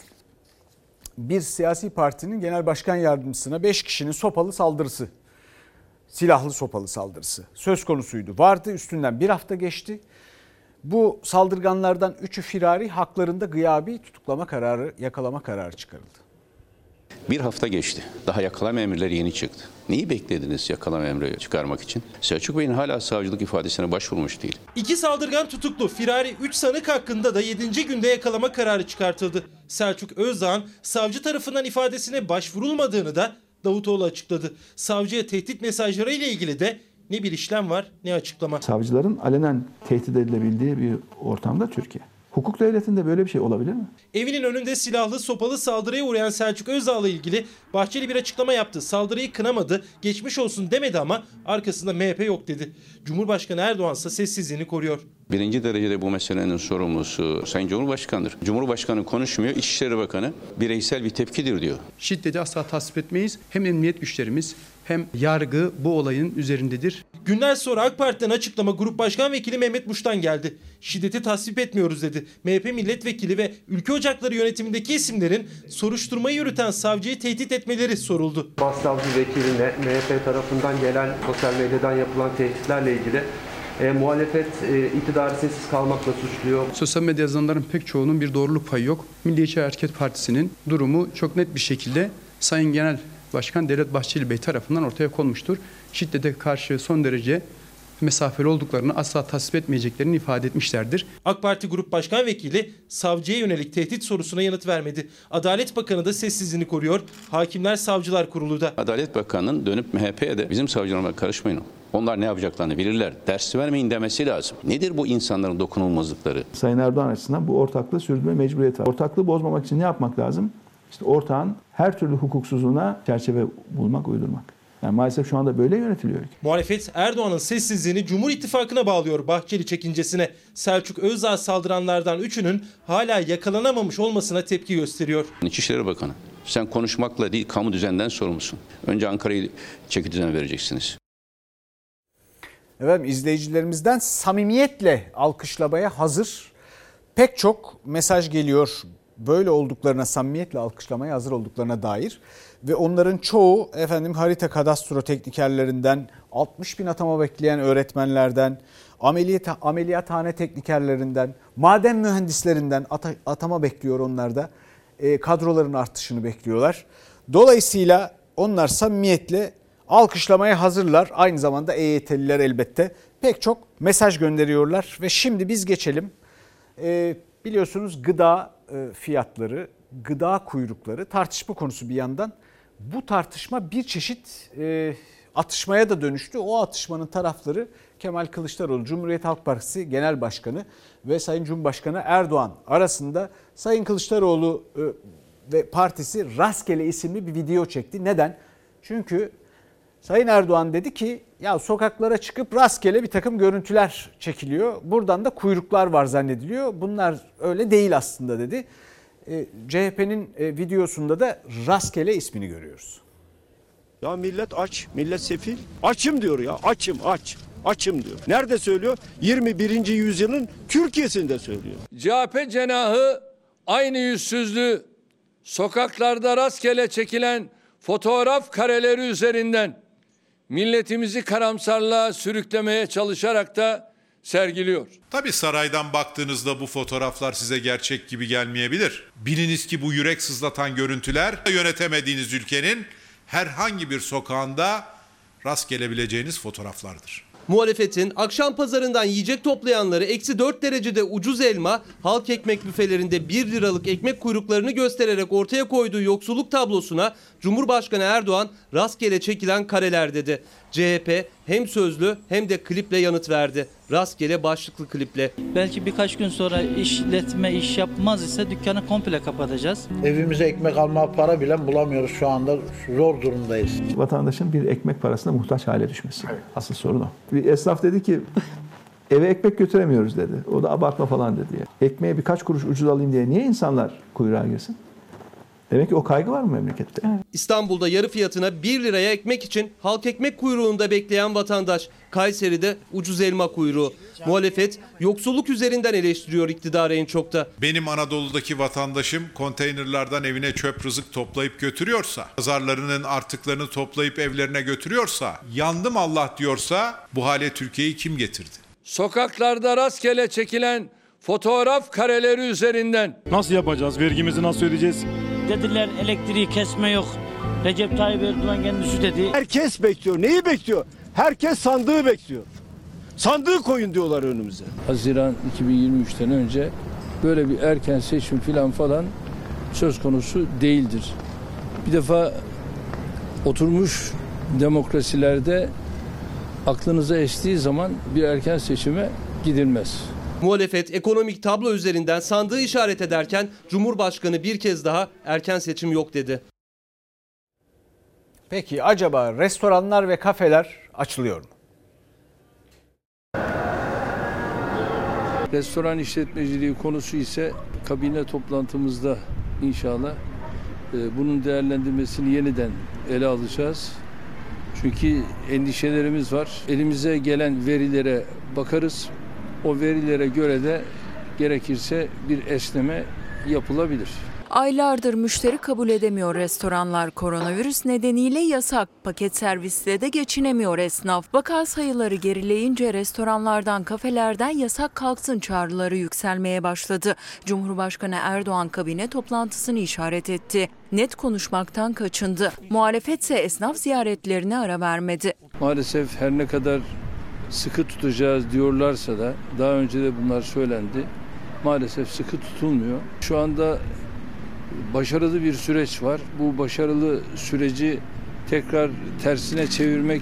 bir siyasi partinin genel başkan yardımcısına beş kişinin sopalı saldırısı, silahlı sopalı saldırısı söz konusuydu. Vardı, üstünden bir hafta geçti. Bu saldırganlardan üçü firari, haklarında gıyabi tutuklama kararı, yakalama kararı çıkarıldı. Bir hafta geçti. Daha yakalama emirleri yeni çıktı. Neyi beklediniz yakalama emri çıkarmak için? Selçuk Bey'in hala savcılık ifadesine başvurmuş değil. İki saldırgan tutuklu. Firari üç sanık hakkında da yedinci günde yakalama kararı çıkartıldı. Selçuk Özdağ'ın savcı tarafından ifadesine başvurulmadığını da Davutoğlu açıkladı. Savcıya tehdit mesajları ile ilgili de ne bir işlem var ne açıklama. Savcıların alenen tehdit edilebildiği bir ortamda Türkiye. Hukuk devletinde böyle bir şey olabilir mi? Evinin önünde silahlı sopalı saldırıya uğrayan Selçuk Özdağ'la ilgili Bahçeli bir açıklama yaptı. Saldırıyı kınamadı, geçmiş olsun demedi ama arkasında M H P yok dedi. Cumhurbaşkanı Erdoğan ise sessizliğini koruyor. Birinci derecede bu meselenin sorumlusu Sayın Cumhurbaşkanı'dır. Cumhurbaşkanı konuşmuyor, İçişleri Bakanı bireysel bir tepkidir diyor. Şiddeti asla tasvip etmeyiz. Hem emniyet güçlerimiz hem yargı bu olayın üzerindedir. Günler sonra AK Parti'den açıklama Grup Başkan Vekili Mehmet Muş'tan geldi. Şiddeti tasvip etmiyoruz dedi. M H P milletvekili ve Ülke Ocakları yönetimindeki isimlerin soruşturmayı yürüten savcıyı tehdit etmeleri soruldu. Başsavcı vekiline M H P tarafından gelen sosyal medyadan yapılan tehditlerle ilgili E, muhalefet e, iktidarı sessiz kalmakla suçluyor. Sosyal medya yazılanların pek çoğunun bir doğruluk payı yok. Milliyetçi Hareket Partisi'nin durumu çok net bir şekilde Sayın Genel Başkan Devlet Bahçeli Bey tarafından ortaya konmuştur. Şiddete karşı son derece mesafeli olduklarını, asla tasvip etmeyeceklerini ifade etmişlerdir. AK Parti Grup Başkan Vekili savcıya yönelik tehdit sorusuna yanıt vermedi. Adalet Bakanı da sessizliğini koruyor. Hakimler Savcılar Kurulu da. Adalet Bakanı'nın dönüp M H P'ye de bizim savcılarıma karışmayın. Onlar ne yapacaklarını bilirler. Ders vermeyin demesi lazım. Nedir bu insanların dokunulmazlıkları? Sayın Erdoğan açısından bu ortaklığı sürdürme mecburiyeti var. Ortaklığı bozmamak için ne yapmak lazım? İşte ortağın her türlü hukuksuzluğuna çerçeve bulmak, uydurmak. Yani maalesef şu anda böyle yönetiliyor. Muhalefet Erdoğan'ın sessizliğini Cumhur İttifakı'na bağlıyor Bahçeli çekincesine. Selçuk Özdağ saldıranlardan üçünün hala yakalanamamış olmasına tepki gösteriyor. İçişleri Bakanı, sen konuşmakla değil kamu düzenden sorumlusun. Önce Ankara'yı çeki düzen vereceksiniz. Efendim izleyicilerimizden samimiyetle alkışlamaya hazır pek çok mesaj geliyor. Böyle olduklarına, samimiyetle alkışlamaya hazır olduklarına dair ve onların çoğu efendim harita kadastro teknikerlerinden, altmış bin atama bekleyen öğretmenlerden, ameliyat, ameliyathane teknikerlerinden, maden mühendislerinden ata, atama bekliyor onlar da. E, kadroların artışını bekliyorlar. Dolayısıyla onlar samimiyetle alkışlamaya hazırlar. Aynı zamanda E Y T'liler elbette pek çok mesaj gönderiyorlar ve şimdi biz geçelim. E, biliyorsunuz gıda e, fiyatları, gıda kuyrukları tartışma konusu bir yandan. Bu tartışma bir çeşit e, atışmaya da dönüştü. O atışmanın tarafları Kemal Kılıçdaroğlu, Cumhuriyet Halk Partisi Genel Başkanı ve Sayın Cumhurbaşkanı Erdoğan arasında. Sayın Kılıçdaroğlu e, ve partisi rastgele isimli bir video çekti. Neden? Çünkü Sayın Erdoğan dedi ki ya sokaklara çıkıp rastgele bir takım görüntüler çekiliyor. Buradan da kuyruklar var zannediliyor. Bunlar öyle değil aslında dedi. E, C H P'nin e, videosunda da rastgele ismini görüyoruz. Ya millet aç, millet sefil. Açım diyor ya, açım, aç. Açım diyor. Nerede söylüyor? yirmi birinci yüzyılın Türkiye'sinde söylüyor. C H P cenahı aynı yüzsüzlüğü sokaklarda rastgele çekilen fotoğraf kareleri üzerinden milletimizi karamsarlığa sürüklemeye çalışarak da sergiliyor. Tabii saraydan baktığınızda bu fotoğraflar size gerçek gibi gelmeyebilir. Biliniz ki bu yürek sızlatan görüntüler yönetemediğiniz ülkenin herhangi bir sokağında rast gelebileceğiniz fotoğraflardır. Muhalefetin akşam pazarından yiyecek toplayanları eksi dört derecede ucuz elma, halk ekmek büfelerinde bir liralık ekmek kuyruklarını göstererek ortaya koyduğu yoksulluk tablosuna Cumhurbaşkanı Erdoğan rastgele çekilen kareler dedi. C H P hem sözlü hem de kliple yanıt verdi. Rastgele başlıklı kliple. Belki birkaç gün sonra işletme iş yapmaz ise dükkanı komple kapatacağız. Evimize ekmek alma para bile bulamıyoruz şu anda. Zor durumdayız. Vatandaşın bir ekmek parasına muhtaç hale düşmesi. Evet. Asıl sorun o. Bir esnaf dedi ki eve ekmek götüremiyoruz dedi. O da abartma falan dedi. Ya. Ekmeğe birkaç kuruş ucuz alayım diye niye insanlar kuyruğa girsin? Demek ki o kaygı var mı memlekette? Evet. İstanbul'da yarı fiyatına bir liraya ekmek için halk ekmek kuyruğunda bekleyen vatandaş. Kayseri'de ucuz elma kuyruğu. Muhalefet yoksulluk üzerinden eleştiriyor iktidarı en çok da. Benim Anadolu'daki vatandaşım konteynerlardan evine çöp rızık toplayıp götürüyorsa, pazarlarının artıklarını toplayıp evlerine götürüyorsa, yandım Allah diyorsa bu hale Türkiye'yi kim getirdi? Sokaklarda rastgele çekilen fotoğraf kareleri üzerinden. Nasıl yapacağız? Vergimizi nasıl ödeyeceğiz? Dediler elektriği kesme yok. Recep Tayyip Erdoğan kendisi dedi. Herkes bekliyor. Neyi bekliyor? Herkes sandığı bekliyor. Sandığı koyun diyorlar önümüze. Haziran iki bin yirmi üçten önce böyle bir erken seçim falan falan söz konusu değildir. Bir defa oturmuş demokrasilerde aklınıza estiği zaman bir erken seçime gidilmez. Muhalefet ekonomik tablo üzerinden sandığı işaret ederken Cumhurbaşkanı bir kez daha erken seçim yok dedi. Peki acaba restoranlar ve kafeler açılıyor mu? Restoran işletmeciliği konusu ise kabine toplantımızda inşallah e, bunun değerlendirmesini yeniden ele alacağız. Çünkü endişelerimiz var. Elimize gelen verilere bakarız. O verilere göre de gerekirse bir esneme yapılabilir. Aylardır müşteri kabul edemiyor restoranlar. Koronavirüs nedeniyle yasak. Paket servisle de geçinemiyor esnaf. Vaka sayıları gerileyince restoranlardan, kafelerden yasak kalksın çağrıları yükselmeye başladı. Cumhurbaşkanı Erdoğan kabine toplantısını işaret etti. Net konuşmaktan kaçındı. Muhalefetse esnaf ziyaretlerine ara vermedi. Maalesef her ne kadar sıkı tutacağız diyorlarsa da daha önce de bunlar söylendi. Maalesef sıkı tutulmuyor. Şu anda başarılı bir süreç var. Bu başarılı süreci tekrar tersine çevirmek,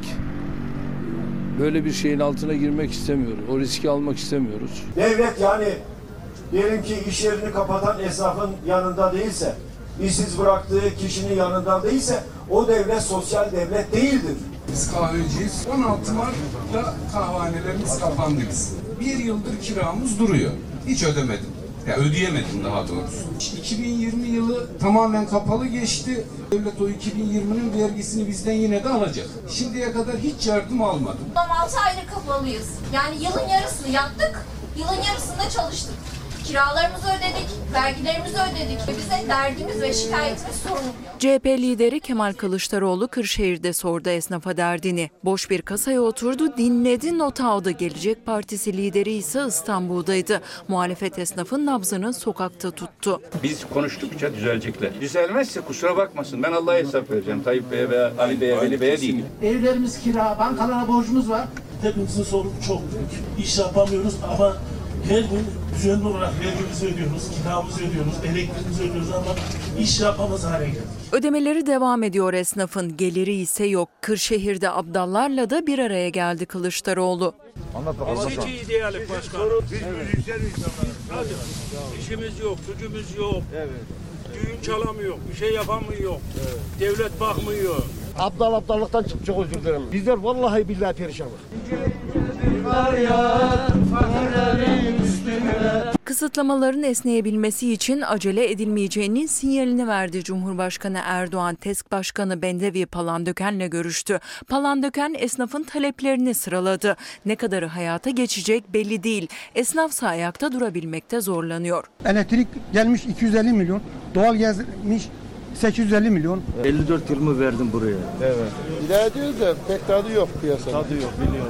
böyle bir şeyin altına girmek istemiyoruz. O riski almak istemiyoruz. Devlet yani diyelim ki iş yerini kapatan esnafın yanında değilse, işsiz bıraktığı kişinin yanında değilse o devlet sosyal devlet değildir. Biz kahveciyiz. on altı Mart'ta kahvanelerimiz kapandı biz. Bir yıldır kiramız duruyor. Hiç ödemedim. Ya ödeyemedim daha doğrusu. iki bin yirmi yılı tamamen kapalı geçti. Devlet o iki bin yirminin vergisini bizden yine de alacak. Şimdiye kadar hiç yardım almadım. altı aydır kapalıyız. Yani yılın yarısını yaptık, yılın yarısında çalıştık. Kiralarımızı ödedik, vergilerimizi ödedik. Bize derdimiz ve şikayetimiz sorun. C H P lideri Kemal Kılıçdaroğlu Kırşehir'de sordu esnafa derdini. Boş bir kasaya oturdu, dinledi, not aldı. Gelecek Partisi lideri ise İstanbul'daydı. Muhalefet esnafın nabzını sokakta tuttu. Biz konuştukça düzelecekler. Düzelmezse kusura bakmasın. Ben Allah'a hesap vereceğim. Tayyip Bey'e veya Ali Bey'e, Veli Bey'e değil. Evlerimiz kira, bankalara borcumuz var. Hepimizin sorunu çok büyük. İş yapamıyoruz ama her gün düzenli olarak vergimizi ödüyoruz, kiramızı ödüyoruz, elektriğimizi ödüyoruz ama iş yapamaz hale geldik. Ödemeleri devam ediyor esnafın, geliri ise yok. Kırşehir'de abdallarla da bir araya geldi Kılıçdaroğlu. Anlat bakalım. Biz hiç iyi değerlik başkanım. Biz müzisyen insanlar. İşimiz yok, gücümüz yok. Evet. Düğün çalamıyor, bir şey yapamıyor. Evet. Devlet bakmıyor. Abdal abdallıktan çok, çok özür dilerim. Bizler vallahi billahi perişanız. Kısıtlamaların esneyebilmesi için acele edilmeyeceğinin sinyalini verdi Cumhurbaşkanı Erdoğan. TESK Başkanı Bendevi Palandöken'le görüştü. Palandöken esnafın taleplerini sıraladı. Ne kadarı hayata geçecek belli değil. Esnafsa ayakta durabilmekte zorlanıyor. Elektrik gelmiş iki yüz elli milyon, doğal gelmiş sekiz yüz elli milyon. elli dört yılımı verdim buraya. Evet. İdare ediyoruz da pek tadı yok piyasada. Tadı yok biliyorum.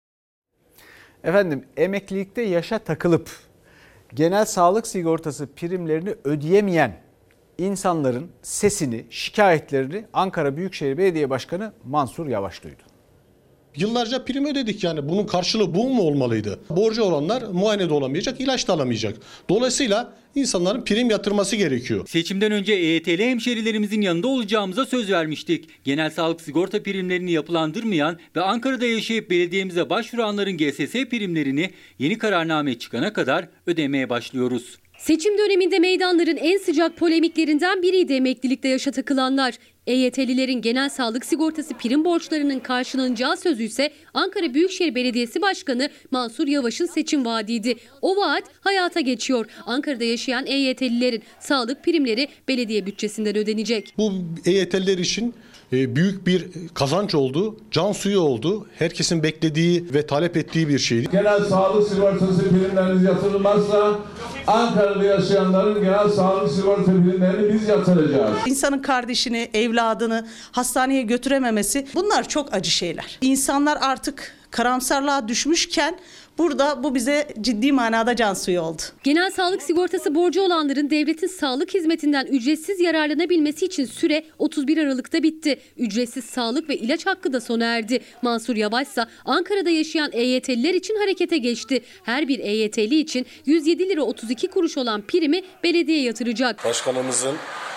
Efendim emeklilikte yaşa takılıp genel sağlık sigortası primlerini ödeyemeyen insanların sesini, şikayetlerini Ankara Büyükşehir Belediye Başkanı Mansur Yavaş duydu. Yıllarca prim ödedik yani bunun karşılığı bu mu olmalıydı? Borcu olanlar muayene de olamayacak, ilaç da alamayacak. Dolayısıyla insanların prim yatırması gerekiyor. Seçimden önce E Y T'li hemşerilerimizin yanında olacağımıza söz vermiştik. Genel sağlık sigorta primlerini yapılandırmayan ve Ankara'da yaşayıp belediyemize başvuranların G S S primlerini yeni kararname çıkana kadar ödemeye başlıyoruz. Seçim döneminde meydanların en sıcak polemiklerinden biriydi emeklilikte yaşa takılanlar. E Y T'lilerin genel sağlık sigortası prim borçlarının karşılanacağı sözü ise Ankara Büyükşehir Belediyesi Başkanı Mansur Yavaş'ın seçim vaadiydi. O vaat hayata geçiyor. Ankara'da yaşayan E Y T'lilerin sağlık primleri belediye bütçesinden ödenecek. Bu E Y T'liler için büyük bir kazanç oldu, can suyu oldu. Herkesin beklediği ve talep ettiği bir şeydi. Genel sağlık sigortası primleriniz yatırılmazsa Ankara'da yaşayanların genel sağlık sigorta primlerini biz yatıracağız. İnsanın kardeşini, evladını hastaneye götürememesi bunlar çok acı şeyler. İnsanlar artık karamsarlığa düşmüşken burada bu bize ciddi manada can suyu oldu. Genel sağlık sigortası borcu olanların devletin sağlık hizmetinden ücretsiz yararlanabilmesi için süre otuz bir Aralık'ta bitti. Ücretsiz sağlık ve ilaç hakkı da sona erdi. Mansur Yavaş ise Ankara'da yaşayan E Y T'liler için harekete geçti. Her bir E Y T'li için yüz yedi lira otuz iki kuruş olan primi belediye yatıracak. Başkanımızın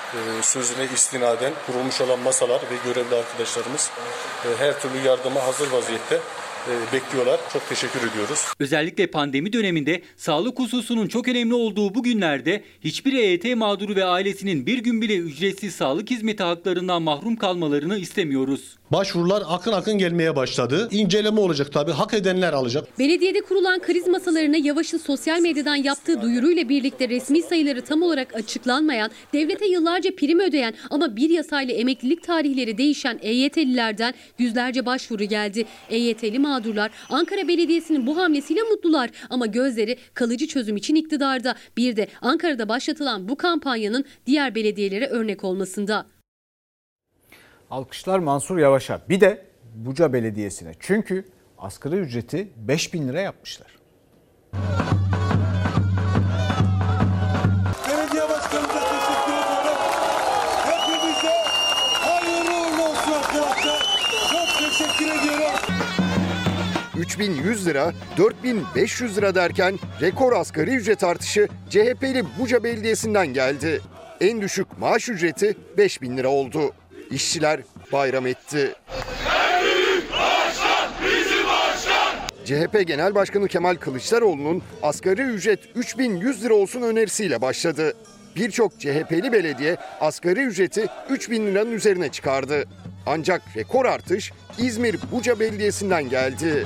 sözüne istinaden kurulmuş olan masalar ve görevli arkadaşlarımız her türlü yardıma hazır vaziyette bekliyorlar. Çok teşekkür ediyoruz. Özellikle pandemi döneminde sağlık hususunun çok önemli olduğu bu günlerde hiçbir E Y T mağduru ve ailesinin bir gün bile ücretsiz sağlık hizmeti haklarından mahrum kalmalarını istemiyoruz. Başvurular akın akın gelmeye başladı. İnceleme olacak tabii. Hak edenler alacak. Belediyede kurulan kriz masalarına Yavaş'ın sosyal medyadan yaptığı duyuruyla birlikte resmi sayıları tam olarak açıklanmayan, devlete yıllarca prim ödeyen ama bir yasayla emeklilik tarihleri değişen E Y T'lilerden yüzlerce başvuru geldi. E Y T'li mağdurlar Ankara Belediyesi'nin bu hamlesiyle mutlular ama gözleri kalıcı çözüm için iktidarda. Bir de Ankara'da başlatılan bu kampanyanın diğer belediyelere örnek olmasında. Alkışlar Mansur Yavaş'a. Bir de Buca Belediyesi'ne. Çünkü asgari ücreti beş bin lira yapmışlar. Belediye başkanımıza teşekkür ediyorum. Hepimize hayırlı uğurlu olsun arkadaşlar. Çok teşekkür ediyorum. üç bin yüz lira, dört bin beş yüz lira derken rekor asgari ücret artışı C H P'li Buca Belediyesi'nden geldi. En düşük maaş ücreti beş bin lira oldu. İşçiler bayram etti. C H P Genel Başkanı Kemal Kılıçdaroğlu'nun asgari ücret üç bin yüz lira olsun önerisiyle başladı. Birçok C H P'li belediye asgari ücreti üç bin liranın üzerine çıkardı. Ancak rekor artış İzmir Buca Belediyesi'nden geldi.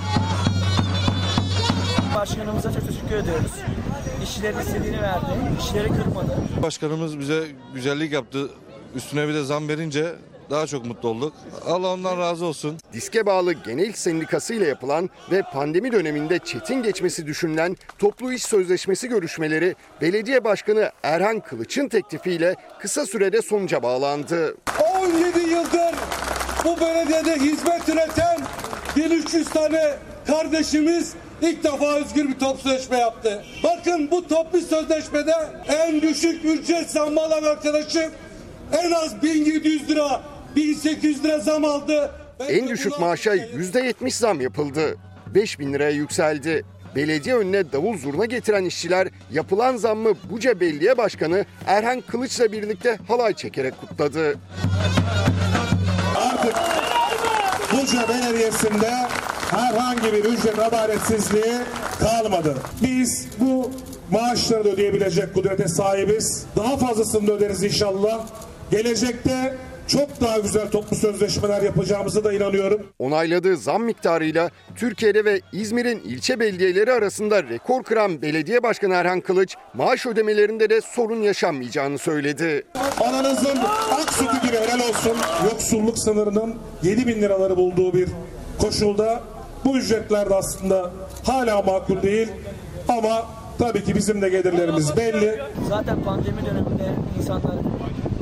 Başkanımıza çok teşekkür ediyoruz. İşçilerin istediğini verdi, işçileri kırmadı. Başkanımız bize güzellik yaptı. Üstüne bir de zam verince daha çok mutlu olduk. Allah ondan razı olsun. Diske bağlı Genel Sendikası ile yapılan ve pandemi döneminde çetin geçmesi düşünülen toplu iş sözleşmesi görüşmeleri belediye başkanı Erhan Kılıç'ın teklifiyle kısa sürede sonuca bağlandı. on yedi yıldır bu belediyede hizmet üreten bin üç yüz tane kardeşimiz ilk defa özgür bir toplu sözleşme yaptı. Bakın bu toplu sözleşmede en düşük ücret zammı alan arkadaşım en az bin yedi yüz lira, bin sekiz yüz lira zam aldı. En düşük maaşa yüzde yetmiş zam yapıldı. beş bin liraya yükseldi. Belediye önüne davul zurna getiren işçiler yapılan zammı Buca Belediye Başkanı Erhan Kılıç'la birlikte halay çekerek kutladı. Artık Buca Belediyesi'nde herhangi bir ücret adaletsizliği kalmadı. Biz bu maaşları da ödeyebilecek kudrete sahibiz. Daha fazlasını da öderiz inşallah. Gelecekte çok daha güzel toplu sözleşmeler yapacağımıza da inanıyorum. Onayladığı zam miktarıyla Türkiye'de ve İzmir'in ilçe belediyeleri arasında rekor kıran Belediye Başkanı Erhan Kılıç, maaş ödemelerinde de sorun yaşanmayacağını söyledi. Ananızın ak sütü gibi helal olsun. Yoksulluk sınırının yedi bin liraları bulduğu bir koşulda bu ücretler de aslında hala makul değil ama tabii ki bizim de gelirlerimiz belli. Zaten pandemi döneminde insanlar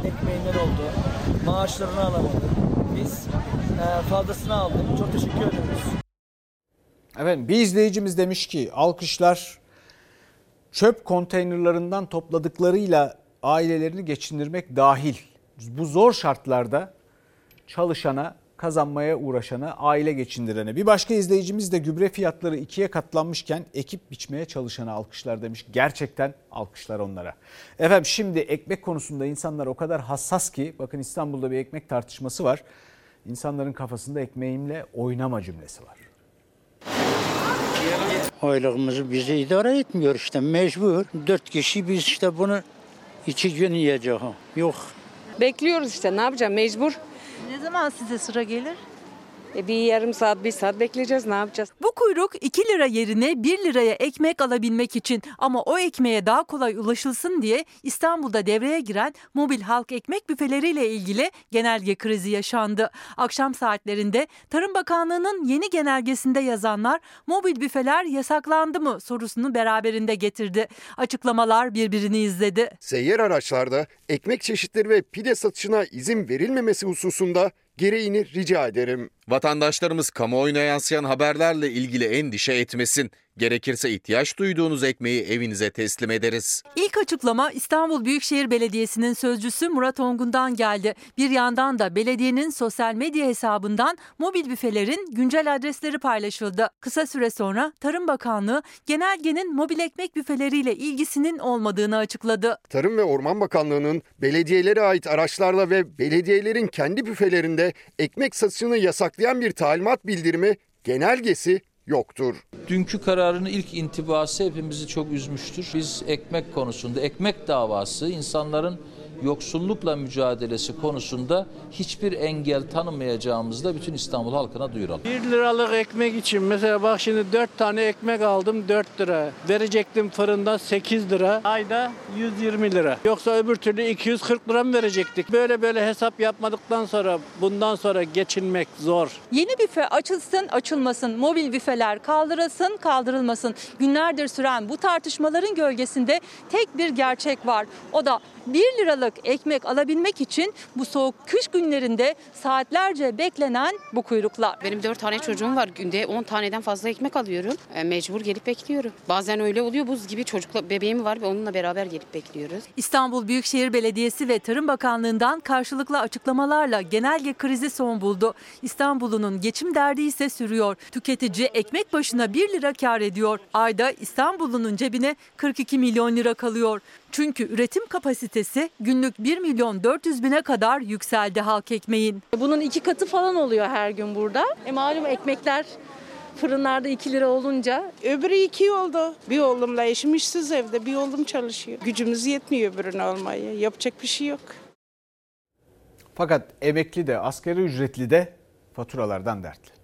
ekmeğinden oldu. Maaşlarını alamadı. Biz e, fazlasını aldık. Çok teşekkür ediyoruz. Efendim bir izleyicimiz demiş ki alkışlar çöp konteynerlarından topladıklarıyla ailelerini geçindirmek dahil. Bu zor şartlarda çalışana, kazanmaya uğraşana, aile geçindirene. Bir başka izleyicimiz de gübre fiyatları ikiye katlanmışken ekip biçmeye çalışana alkışlar demiş. Gerçekten alkışlar onlara. Efendim şimdi ekmek konusunda insanlar o kadar hassas ki bakın İstanbul'da bir ekmek tartışması var. İnsanların kafasında ekmeğimle oynama cümlesi var. Aylığımızı bize idare etmiyor işte mecbur. Dört kişi biz işte bunu iki gün yiyeceğiz. Yok. Bekliyoruz işte ne yapacağım mecbur. Ne zaman size sıra gelir? E bir yarım saat bir saat bekleyeceğiz ne yapacağız? Bu kuyruk iki lira yerine bir liraya ekmek alabilmek için ama o ekmeğe daha kolay ulaşılsın diye İstanbul'da devreye giren mobil halk ekmek büfeleriyle ilgili genelge krizi yaşandı. Akşam saatlerinde Tarım Bakanlığı'nın yeni genelgesinde yazanlar mobil büfeler yasaklandı mı sorusunu beraberinde getirdi. Açıklamalar birbirini izledi. Seyyar araçlarda ekmek çeşitleri ve pide satışına izin verilmemesi hususunda gereğini rica ederim. Vatandaşlarımız kamuoyuna yansıyan haberlerle ilgili endişe etmesin. Gerekirse ihtiyaç duyduğunuz ekmeği evinize teslim ederiz. İlk açıklama İstanbul Büyükşehir Belediyesi'nin sözcüsü Murat Ongun'dan geldi. Bir yandan da belediyenin sosyal medya hesabından mobil büfelerin güncel adresleri paylaşıldı. Kısa süre sonra Tarım Bakanlığı genelgenin mobil ekmek büfeleriyle ilgisinin olmadığını açıkladı. Tarım ve Orman Bakanlığı'nın belediyelere ait araçlarla ve belediyelerin kendi büfelerinde ekmek satışını yasaklayan bir talimat bildirimi genelgesi yoktur. Dünkü kararın ilk intibası hepimizi çok üzmüştür. Biz ekmek konusunda, ekmek davası, insanların yoksullukla mücadelesi konusunda hiçbir engel tanımayacağımızı da bütün İstanbul halkına duyuralım. bir liralık ekmek için mesela bak şimdi dört tane ekmek aldım dört lira. Verecektim fırında sekiz lira. Ayda yüz yirmi lira. Yoksa öbür türlü iki yüz kırk lira mı verecektik? Böyle böyle hesap yapmadıktan sonra bundan sonra geçinmek zor. Yeni büfe açılsın açılmasın, mobil büfeler kaldırılsın kaldırılmasın. Günlerdir süren bu tartışmaların gölgesinde tek bir gerçek var. O da bir liralık ekmek alabilmek için bu soğuk kış günlerinde saatlerce beklenen bu kuyruklar. Benim dört tane çocuğum var. Günde on taneden fazla ekmek alıyorum. E, mecbur gelip bekliyorum. Bazen öyle oluyor. Buz gibi çocukla bebeğim var ve onunla beraber gelip bekliyoruz. İstanbul Büyükşehir Belediyesi ve Tarım Bakanlığı'ndan karşılıklı açıklamalarla genelge krizi son buldu. İstanbul'un geçim derdi ise sürüyor. Tüketici ekmek başına bir lira kar ediyor. Ayda İstanbul'un cebine kırk iki milyon lira kalıyor. Çünkü üretim kapasitesi günlük bir milyon dört yüz bine kadar yükseldi halk ekmeğin. Bunun iki katı falan oluyor her gün burada. E malum ekmekler fırınlarda iki lira olunca. Öbürü iki oldu. Bir oğlumla eşim işsiz evde, bir oğlum çalışıyor. Gücümüz yetmiyor öbürünü almaya. Yapacak bir şey yok. Fakat emekli de asgari ücretli de faturalardan dertli.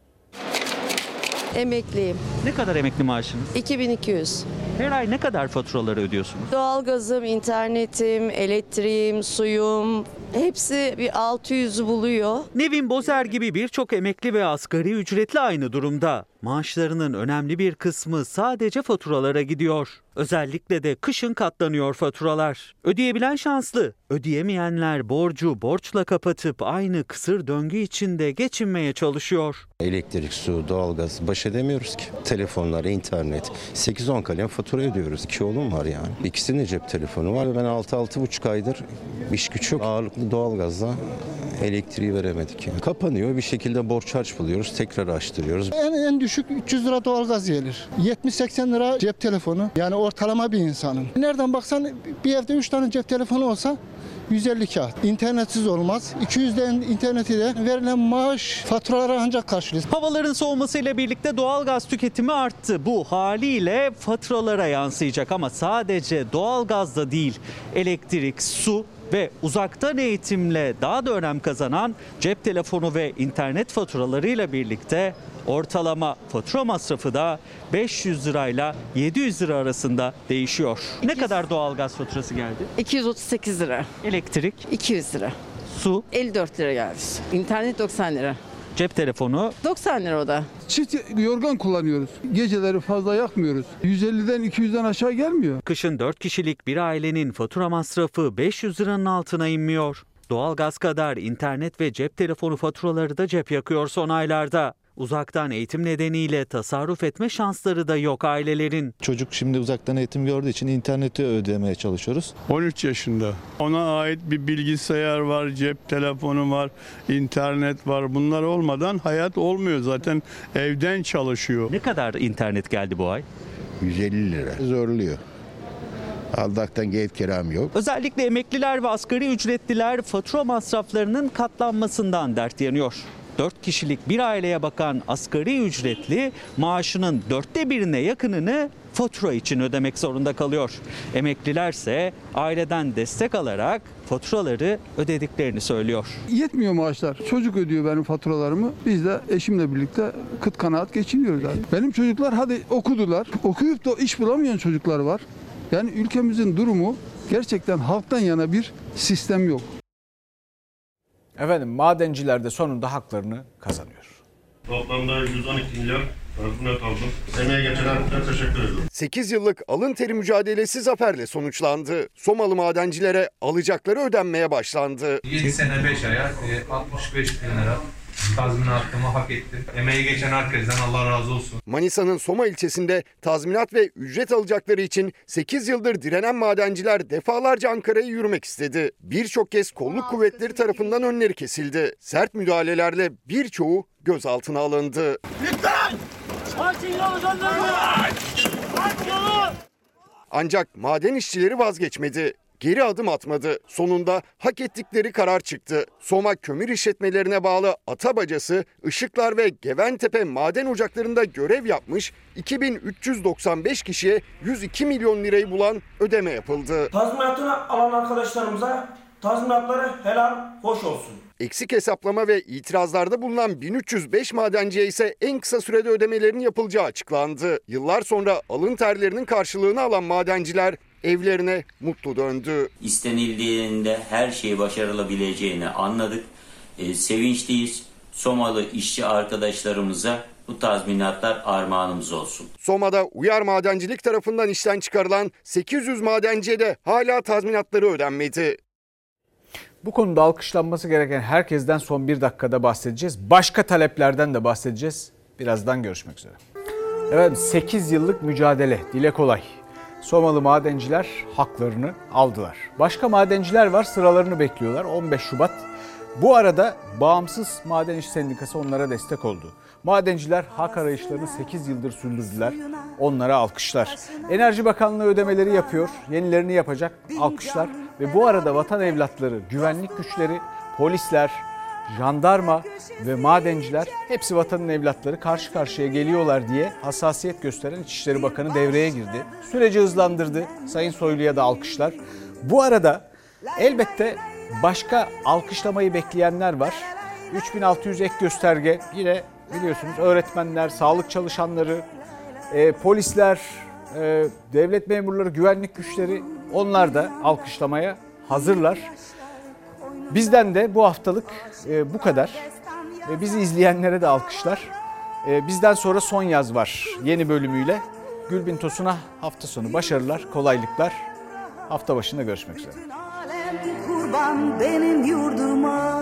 Emekliyim. Ne kadar emekli maaşınız? iki bin iki yüz. Her ay ne kadar faturaları ödüyorsunuz? Doğalgazım, internetim, elektriğim, suyum hepsi bir altı yüzü buluyor. Nevin Bozer gibi birçok emekli ve asgari ücretli aynı durumda. Maaşlarının önemli bir kısmı sadece faturalara gidiyor. Özellikle de kışın katlanıyor faturalar. Ödeyebilen şanslı, ödeyemeyenler borcu borçla kapatıp aynı kısır döngü içinde geçinmeye çalışıyor. Elektrik, su, doğalgaz baş edemiyoruz ki. Telefonlar, internet, sekiz on kalem fatura ödüyoruz. İki oğlum var yani. İkisinin cep telefonu var ve ben altı altı buçuk aydır iş güç yok. Ağırlıklı doğalgazla elektriği veremedik. Yani. Kapanıyor, bir şekilde borç harç buluyoruz, tekrar açtırıyoruz. En, en düşük üç yüz lira doğalgaz gelir. yetmiş seksen lira cep telefonu. Yani ortalama bir insanın. Nereden baksan bir evde üç tane cep telefonu olsa yüz elli kağıt. İnternetsiz olmaz. iki yüzden interneti de verilen maaş faturaları ancak karşılıyor. Havaların soğumasıyla birlikte doğalgaz tüketimi arttı. Bu haliyle faturalara yansıyacak ama sadece doğalgazda değil, elektrik, su ve uzaktan eğitimle daha da önem kazanan cep telefonu ve internet faturalarıyla birlikte ortalama fatura masrafı da beş yüz lirayla yedi yüz lira arasında değişiyor. Ne kadar doğalgaz faturası geldi? iki yüz otuz sekiz lira. Elektrik? iki yüz lira. Su? elli dört lira geldi. İnternet doksan lira. Cep telefonu doksan lira o da. Çift yorgan kullanıyoruz. Geceleri fazla yakmıyoruz. yüz elliden iki yüzden aşağı gelmiyor. Kışın dört kişilik bir ailenin fatura masrafı beş yüz liranın altına inmiyor. Doğalgaz kadar internet ve cep telefonu faturaları da cep yakıyor son aylarda. Uzaktan eğitim nedeniyle tasarruf etme şansları da yok ailelerin. Çocuk şimdi uzaktan eğitim gördüğü için interneti ödemeye çalışıyoruz. on üç yaşında. Ona ait bir bilgisayar var, cep telefonu var, internet var. Bunlar olmadan hayat olmuyor. Zaten evden çalışıyor. Ne kadar internet geldi bu ay? yüz elli lira. Zorluyor. Aldaktan geyip keram yok. Özellikle emekliler ve asgari ücretliler fatura masraflarının katlanmasından dert yanıyor. dört kişilik bir aileye bakan asgari ücretli maaşının dörtte birine yakınını fatura için ödemek zorunda kalıyor. Emeklilerse aileden destek alarak faturaları ödediklerini söylüyor. Yetmiyor maaşlar. Çocuk ödüyor benim faturalarımı. Biz de eşimle birlikte kıt kanaat geçiniyoruz abi. Benim çocuklar hadi okudular. Okuyup da iş bulamayan çocuklar var. Yani ülkemizin durumu gerçekten halktan yana bir sistem yok. Efendim madenciler de sonunda haklarını kazanıyor. Toplamda yüz on iki milyar tazminat aldım. Emeğe geçen herkese teşekkür ediyorum. sekiz yıllık alın teri mücadelesi zaferle sonuçlandı. Somalı madencilere alacakları ödenmeye başlandı. yedi sene beş aya altmış beş bin lira tazminatımı hak ettim. Emeği geçen herkesten Allah razı olsun. Manisa'nın Soma ilçesinde tazminat ve ücret alacakları için sekiz yıldır direnen madenciler defalarca Ankara'ya yürümek istedi. Birçok kez kolluk kuvvetleri tarafından önleri kesildi. Sert müdahalelerle birçoğu gözaltına alındı. Ancak maden işçileri vazgeçmedi. Geri adım atmadı. Sonunda hak ettikleri karar çıktı. Soma kömür işletmelerine bağlı Atabacası, Işıklar ve Geventepe maden ocaklarında görev yapmış iki bin üç yüz doksan beş kişiye yüz iki milyon lirayı bulan ödeme yapıldı. Tazminatını alan arkadaşlarımıza tazminatları helal hoş olsun. Eksik hesaplama ve itirazlarda bulunan bin üç yüz beş madenciye ise en kısa sürede ödemelerin yapılacağı açıklandı. Yıllar sonra alın terlerinin karşılığını alan madenciler evlerine mutlu döndü. İstenildiğinde her şeyi başarılabileceğini anladık. E, sevinçliyiz. Somalı işçi arkadaşlarımıza bu tazminatlar armağanımız olsun. Soma'da Uyar Madencilik tarafından işten çıkarılan sekiz yüz madenciye de hala tazminatları ödenmedi. Bu konuda alkışlanması gereken herkesten son bir dakikada bahsedeceğiz. Başka taleplerden de bahsedeceğiz. Birazdan görüşmek üzere. Evet, sekiz yıllık mücadele, dile kolay. Somalı madenciler haklarını aldılar. Başka madenciler var, sıralarını bekliyorlar. on beş Şubat. Bu arada Bağımsız Maden İş Sendikası onlara destek oldu. Madenciler hak arayışlarını sekiz yıldır sürdürdüler. Onlara alkışlar. Enerji Bakanlığı ödemeleri yapıyor. Yenilerini yapacak. Alkışlar. Ve bu arada vatan evlatları, güvenlik güçleri, polisler, jandarma ve madenciler hepsi vatanın evlatları karşı karşıya geliyorlar diye hassasiyet gösteren İçişleri Bakanı devreye girdi. Süreci hızlandırdı. Sayın Soylu'ya da alkışlar. Bu arada elbette başka alkışlamayı bekleyenler var. üç bin altı yüz ek gösterge, yine biliyorsunuz öğretmenler, sağlık çalışanları, e, polisler, e, devlet memurları, güvenlik güçleri, onlar da alkışlamaya hazırlar. Bizden de bu haftalık e, bu kadar. E, bizi izleyenlere de alkışlar. E, bizden sonra Son Yaz var yeni bölümüyle. Gülbin Tosun'a hafta sonu başarılar, kolaylıklar. Hafta başında görüşmek üzere. Kurban benim yurduma.